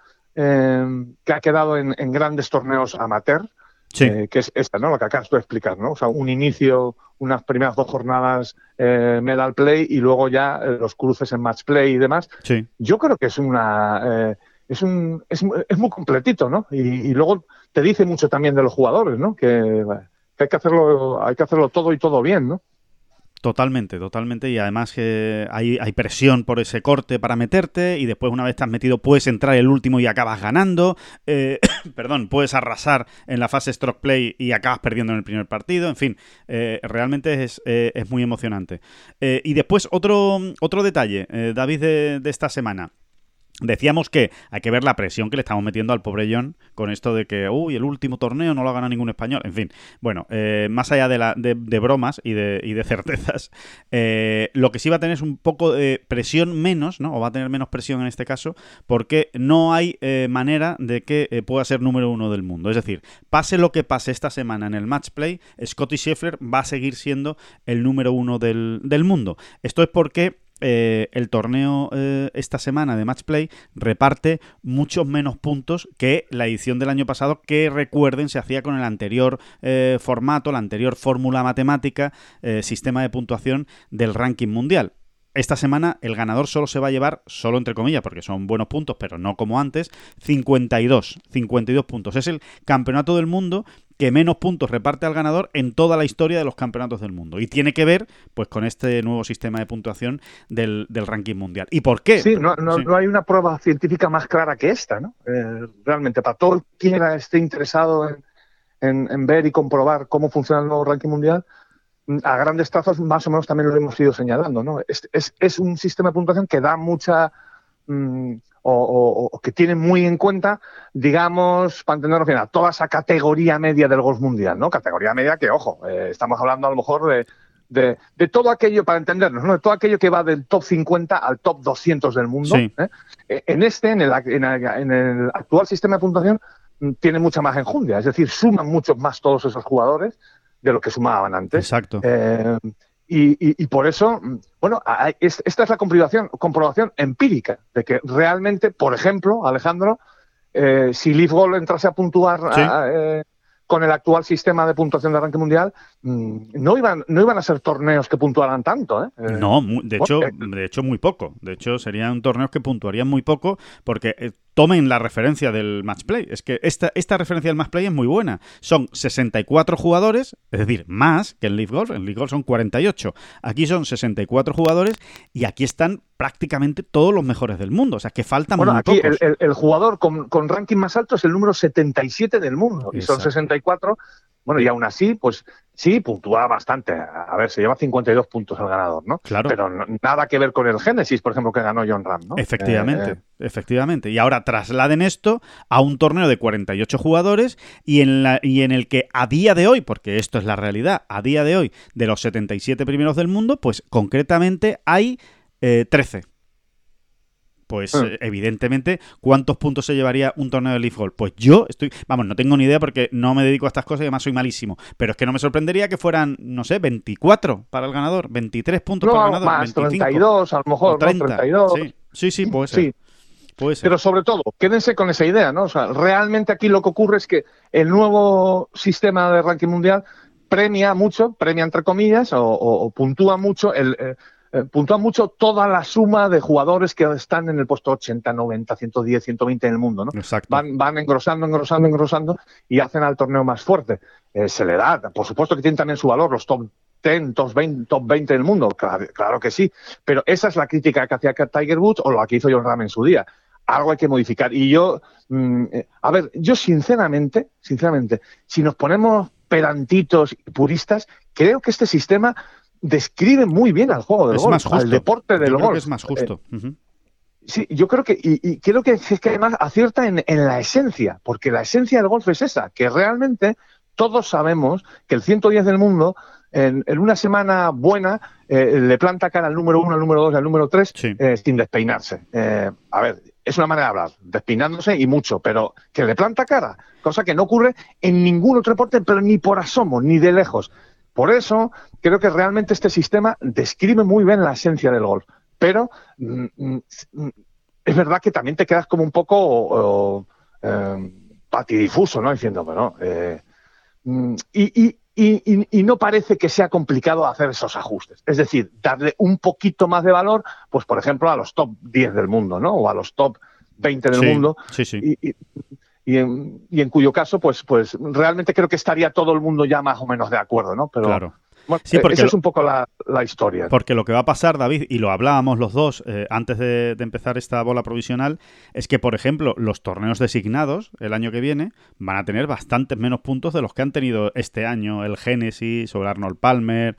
eh, que ha quedado en, en grandes torneos amateur, sí. eh, que es esta, ¿no? Lo que acabas de explicar, ¿no? O sea, un inicio, unas primeras dos jornadas eh, medal play y luego ya eh, los cruces en match play y demás. Sí. Yo creo que es una... Eh, es, un, es, es muy completito, ¿no? Y, y luego te dice mucho también de los jugadores, ¿no? Que, que hay que hacerlo, hay que hacerlo todo y todo bien, ¿no? Totalmente, totalmente, y además que hay, hay presión por ese corte para meterte y después una vez te has metido puedes entrar el último y acabas ganando, eh, perdón, puedes arrasar en la fase stroke play y acabas perdiendo en el primer partido, en fin, eh, realmente es, eh, es muy emocionante. Eh, y después otro, otro detalle, eh, David, de, de esta semana. Decíamos que hay que ver la presión que le estamos metiendo al pobre John con esto de que, uy, el último torneo no lo ha ganado ningún español. En fin, bueno, eh, más allá de, la, de, de bromas y de, y de certezas, eh, lo que sí va a tener es un poco de presión menos, ¿no? O va a tener menos presión en este caso, porque no hay eh, manera de que eh, pueda ser número uno del mundo. Es decir, pase lo que pase esta semana en el match play, Scottie Scheffler va a seguir siendo el número uno del, del mundo. Esto es porque Eh, el torneo eh, esta semana de Match Play reparte muchos menos puntos que la edición del año pasado, que recuerden se hacía con el anterior eh, formato, la anterior fórmula matemática, eh, sistema de puntuación del ranking mundial. Esta semana el ganador solo se va a llevar, solo entre comillas, porque son buenos puntos, pero no como antes, cincuenta y dos puntos. Es el campeonato del mundo que menos puntos reparte al ganador en toda la historia de los campeonatos del mundo. Y tiene que ver pues con este nuevo sistema de puntuación del, del ranking mundial. ¿Y por qué? Sí, no, no, sí. no hay una prueba científica más clara que esta, ¿no? Eh, realmente, para todo quien esté interesado en, en, en ver y comprobar cómo funciona el nuevo ranking mundial, a grandes trazos más o menos también lo hemos ido señalando, ¿no? Es, es, es un sistema de puntuación que da mucha... Mmm, o, o, o que tiene muy en cuenta, digamos, para entendernos bien, a toda esa categoría media del golf mundial, ¿no? Categoría media que, ojo, eh, estamos hablando a lo mejor de, de, de todo aquello, para entendernos, ¿no? De todo aquello que va del top cincuenta al top doscientos del mundo. Sí. ¿eh? En este, en el, en, el, en el actual sistema de puntuación, tiene mucha más enjundia, es decir, suman muchos más todos esos jugadores de lo que sumaban antes. Exacto. Eh, y, y, y por eso, bueno, esta es la comprobación, comprobación empírica de que realmente, por ejemplo, Alejandro, eh, si Leaf Golf entrase a puntuar ¿Sí? a, eh, con el actual sistema de puntuación de ranking mundial, no iban, no iban a ser torneos que puntuaran tanto, ¿eh? No, de hecho, de hecho muy poco. De hecho, serían torneos que puntuarían muy poco porque eh, tomen la referencia del match play. Es que esta, esta referencia del match play es muy buena. Son sesenta y cuatro jugadores, es decir, más que en Leaf Golf. En Leaf Golf son cuarenta y ocho. Aquí son sesenta y cuatro jugadores y aquí están prácticamente todos los mejores del mundo. O sea, que faltan bueno, muy aquí pocos. El, el, el jugador con, con ranking más alto es el número setenta y siete del mundo. Y Exacto. son sesenta y cuatro. Bueno, y aún así, pues sí, puntúa bastante. A ver, se lleva cincuenta y dos puntos el ganador, ¿no? Claro. Pero no, nada que ver con el Génesis, por ejemplo, que ganó Jon Rahm, ¿no? Efectivamente, eh, efectivamente. Y ahora trasladen esto a un torneo de cuarenta y ocho jugadores y en, la, y en el que a día de hoy, porque esto es la realidad, a día de hoy, de los setenta y siete primeros del mundo, pues concretamente hay eh, trece. Pues eh, evidentemente, ¿cuántos puntos se llevaría un torneo de Leaf Golf? Pues yo estoy, vamos, no tengo ni idea porque no me dedico a estas cosas y además soy malísimo, pero es que no me sorprendería que fueran, no sé, veinticuatro para el ganador, veintitrés puntos no, para el ganador, más, veinticinco, treinta y dos a lo mejor, treinta, ¿no? treinta y dos. Sí, sí, sí, puede ser. Sí. Puede ser. Pero sobre todo, quédense con esa idea, ¿no? O sea, realmente aquí lo que ocurre es que el nuevo sistema de ranking mundial premia mucho, premia entre comillas, o, o, o puntúa mucho el... Eh, eh, puntúan mucho toda la suma de jugadores que están en el puesto ochenta, noventa, ciento diez, ciento veinte en el mundo, ¿no? Exacto. Van, van engrosando, engrosando, engrosando y hacen al torneo más fuerte. Eh, se le da, por supuesto que tienen también su valor los top diez, top veinte, top veinte del mundo, claro, claro que sí, pero esa es la crítica que hacía Tiger Woods o la que hizo Jon Rahm en su día. Algo hay que modificar. Y yo, mmm, eh, a ver, yo sinceramente, sinceramente, si nos ponemos pedantitos y puristas, creo que este sistema describe muy bien al juego del es golf, más justo. al deporte del yo golf. Creo que es más justo. Eh, uh-huh. Sí, yo creo que, y, y creo que es que además acierta en, en la esencia, porque la esencia del golf es esa, que realmente todos sabemos que el ciento diez del mundo, en, en una semana buena, eh, le planta cara al número uno, al número dos, al número tres, sí. eh, sin despeinarse. Eh, a ver, es una manera de hablar, despeinándose y mucho, pero que le planta cara, cosa que no ocurre en ningún otro deporte, pero ni por asomo, ni de lejos. Por eso creo que realmente este sistema describe muy bien la esencia del golf. Pero mm, mm, es verdad que también te quedas como un poco oh, eh, patidifuso, ¿no? Diciendo, bueno, eh, mm, y, y, y, y no parece que sea complicado hacer esos ajustes. Es decir, darle un poquito más de valor, pues por ejemplo, a los top diez del mundo, ¿no? O a los top veinte del sí, mundo. Sí, sí. Y, y, Y en, y en cuyo caso, pues, pues realmente creo que estaría todo el mundo ya más o menos de acuerdo, ¿no? Pero claro. bueno, Sí, esa lo, es un poco la, la historia. Porque lo que va a pasar, David, y lo hablábamos los dos eh, antes de, de empezar esta bola provisional, es que, por ejemplo, los torneos designados el año que viene van a tener bastantes menos puntos de los que han tenido este año el Genesis o el Arnold Palmer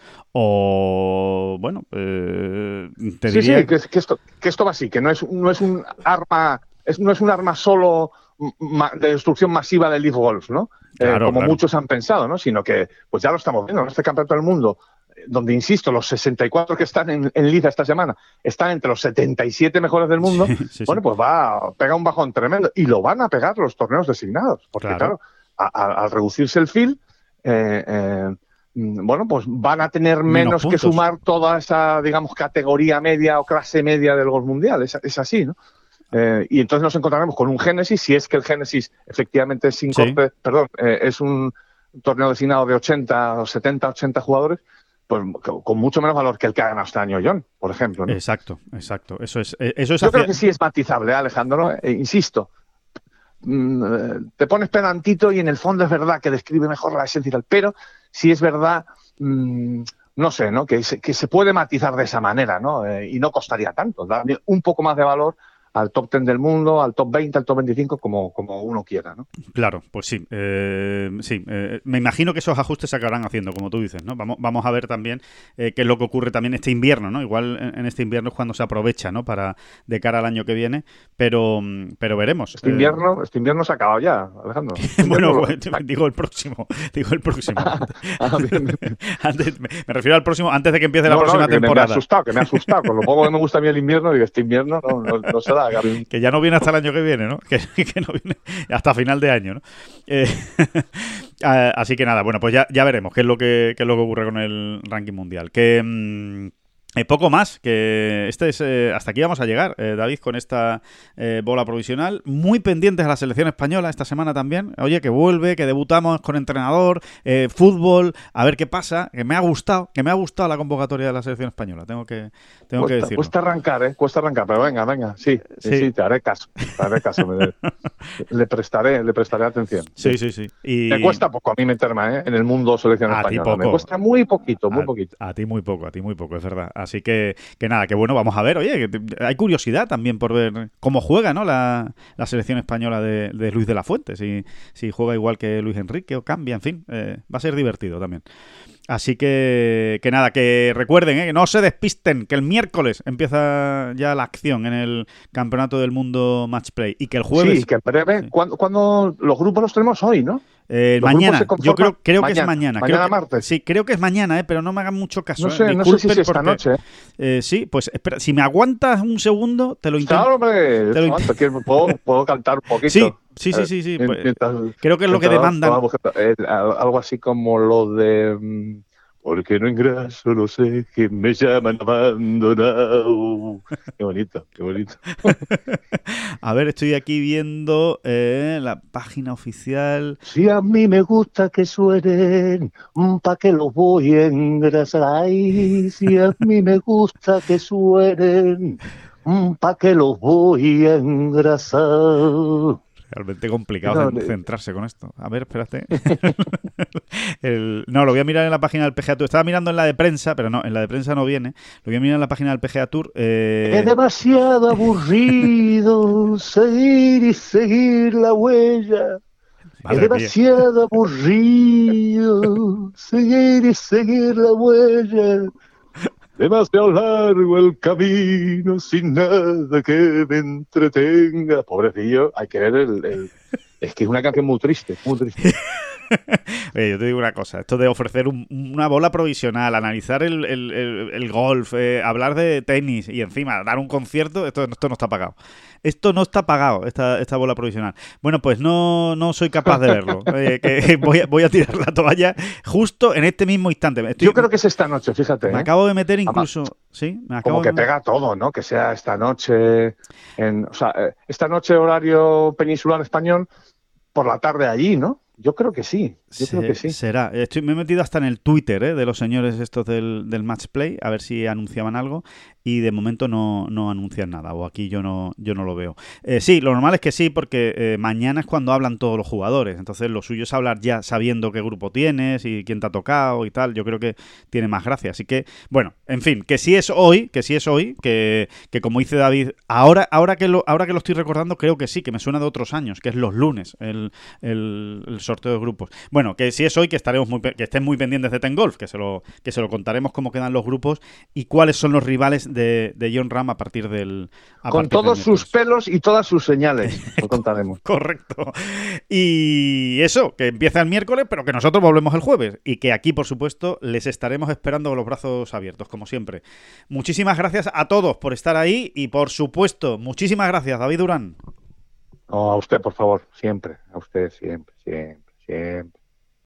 o, bueno, eh, te sí, diría... Sí, que, que, esto, que esto va así, que no es, no es un arma, es, no es un arma solo de destrucción masiva del Leaf Golf, ¿no? Claro, eh, como claro. muchos han pensado, ¿no? Sino que, pues ya lo estamos viendo en este campeonato del mundo, donde, insisto, los sesenta y cuatro que están en, en Liga esta semana están entre los setenta y siete mejores del mundo, sí, sí, bueno, sí. pues va a pegar un bajón tremendo. Y lo van a pegar los torneos designados, porque Claro. claro, a, a, al reducirse el field, eh, eh, bueno, pues van a tener menos, menos que sumar toda esa, digamos, categoría media o clase media del golf mundial. Es, es así, ¿no? Eh, y entonces nos encontraremos con un Génesis, si es que el Génesis efectivamente es sin sí. corte, perdón, eh, es un torneo designado de ochenta, setenta, ochenta jugadores, pues con mucho menos valor que el que ha ganado este año John, por ejemplo, ¿no? Exacto, exacto. Eso es, eso es Yo hacia... creo que sí es matizable, ¿eh, Alejandro? Eh, insisto, mm, te pones pedantito y en el fondo es verdad que describe mejor la esencia y tal, pero sí es verdad, mmm, no sé, ¿no? Que se, que se puede matizar de esa manera, ¿no? Eh, y no costaría tanto, darle un poco más de valor al top diez del mundo, al top veinte, al top veinticinco, como, como uno quiera, ¿no? Claro, pues sí. Eh, sí, eh, me imagino que esos ajustes se acabarán haciendo, como tú dices, ¿no? Vamos, vamos a ver también eh, qué es lo que ocurre también este invierno, ¿no? Igual en, en este invierno es cuando se aprovecha, ¿no? Para de cara al año que viene, pero, pero veremos. Este invierno, eh... este invierno se ha acabado ya, Alejandro. Este bueno, lo... pues, digo el próximo, digo el próximo. ah, bien, bien. Antes, me, me refiero al próximo, antes de que empiece no, la próxima no, que temporada. Me ha asustado, que me ha asustado. Con lo poco que me gusta a mí el invierno, digo, este invierno no, no, no se da. Que ya no viene hasta el año que viene, ¿no? Que, que no viene hasta final de año, ¿no? Eh, así que nada, bueno, pues ya, ya veremos qué es lo que qué es lo que ocurre con el ranking mundial. Que mmm, Eh, poco más, que este es eh, hasta aquí vamos a llegar, eh, David, con esta eh, bola provisional. Muy pendientes a la selección española esta semana también. Oye, que vuelve, que debutamos con entrenador, eh, fútbol, a ver qué pasa. Que me ha gustado, que me ha gustado la convocatoria de la selección española. Tengo que, tengo cuesta, que decirlo. Cuesta arrancar, ¿eh? Cuesta arrancar, pero venga, venga, sí, sí, sí te haré caso, te haré caso. me, le prestaré, le prestaré atención. Sí, sí, sí. Y... Me cuesta poco a mí meterme ¿eh? en el mundo selección a española. Ti poco. Me cuesta muy poquito, muy a, poquito. A ti muy poco, a ti muy poco, es verdad. Así que, que nada, que bueno, vamos a ver. Oye, que hay curiosidad también por ver cómo juega, ¿no? La, la selección española de, de Luis de la Fuente. Si, si juega igual que Luis Enrique o cambia, en fin. Eh, va a ser divertido también. Así que, que nada, que recuerden, ¿eh? Que no se despisten, que el miércoles empieza ya la acción en el Campeonato del Mundo Match Play y que el jueves... Sí, que en breve, sí. cuando, cuando los grupos los tenemos hoy, ¿no? Eh, mañana, yo creo, creo mañana, que es mañana. Mañana creo que, martes. Sí, creo que es mañana, eh, pero no me hagan mucho caso. No sé, eh. no sé si es esta porque, noche. Eh, sí, pues espera, si me aguantas un segundo, te lo intento. Claro, hombre, te lo aguanta, int- ¿puedo, puedo cantar un poquito. Sí, sí, sí, sí. sí eh, pues, mientras, creo que es lo que demandan. Eh, algo así como lo de... porque no engraso, no sé, que me llaman abandonado. Qué bonito, qué bonito. A ver, estoy aquí viendo eh, la página oficial. Si a mí me gusta que suenen, pa' que los voy a engrasar. Ay, si a mí me gusta que suenen, pa' que los voy a engrasar. Realmente complicado No, centrarse con esto. A ver, espérate. El, no, lo voy a mirar en la página del P G A Tour. Estaba mirando en la de prensa, pero no, en la de prensa no viene. Lo voy a mirar en la página del P G A Tour. Eh... Es demasiado aburrido seguir y seguir la huella. Madre es demasiado mía. aburrido seguir y seguir la huella. Demasiado largo el camino sin nada que me entretenga. Pobrecillo, hay que ver el, el... Es que es una canción muy triste, muy triste. Oye, yo te digo una cosa, esto de ofrecer un, una bola provisional, analizar el, el, el, el golf, eh, hablar de tenis y encima dar un concierto, esto, esto no está pagado. Esto no está pagado, esta, esta bola provisional. Bueno, pues no, no soy capaz de verlo. Eh, que voy, a, voy a tirar la toalla justo en este mismo instante. Estoy, yo creo que es esta noche, fíjate. Me ¿eh? acabo de meter incluso... ¿sí? Me acabo como que de... pega todo, ¿no? Que sea esta noche, en, o sea, esta noche horario peninsular español, por la tarde allí, ¿no? Yo creo que sí, yo Se, creo que sí. Será. Estoy, me he metido hasta en el Twitter ¿eh? de los señores estos del, del Match Play, a ver si anunciaban algo, y de momento no, no anuncian nada, o aquí yo no, yo no lo veo. Eh, sí, lo normal es que sí, porque eh, mañana es cuando hablan todos los jugadores, entonces lo suyo es hablar ya sabiendo qué grupo tienes y quién te ha tocado y tal, yo creo que tiene más gracia. Así que, bueno, en fin, que si es hoy, que si es hoy, que, que como dice David, ahora, ahora, que lo, ahora que lo estoy recordando, creo que sí, que me suena de otros años, que es los lunes, el, el, el sorteo de grupos. Bueno, que si es hoy, que estaremos muy, que estén muy pendientes de Ten Golf, que se lo, que se lo contaremos cómo quedan los grupos y cuáles son los rivales de, de Jon Rahm a partir del... A Con partir todos del sus pelos y todas sus señales, lo contaremos. Correcto. Y eso, que empieza el miércoles, pero que nosotros volvemos el jueves y que aquí, por supuesto, les estaremos esperando con los brazos abiertos, como siempre. Muchísimas gracias a todos por estar ahí y, por supuesto, muchísimas gracias, David Durán. No, a usted, por favor, siempre, a usted siempre, siempre, siempre.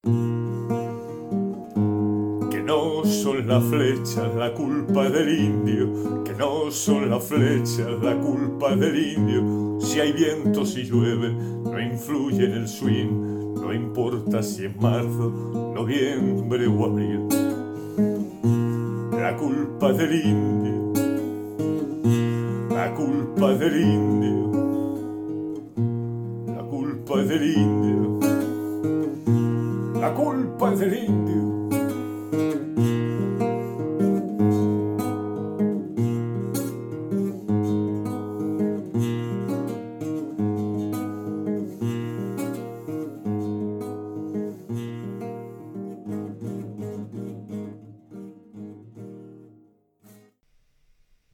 Que no son las flechas la culpa del indio, que no son las flechas la culpa del indio. Si hay viento, si llueve, no influye en el swing, no importa si es marzo, noviembre o abril. La culpa del indio, la culpa del indio, la culpa del indio. La culpa es del indio.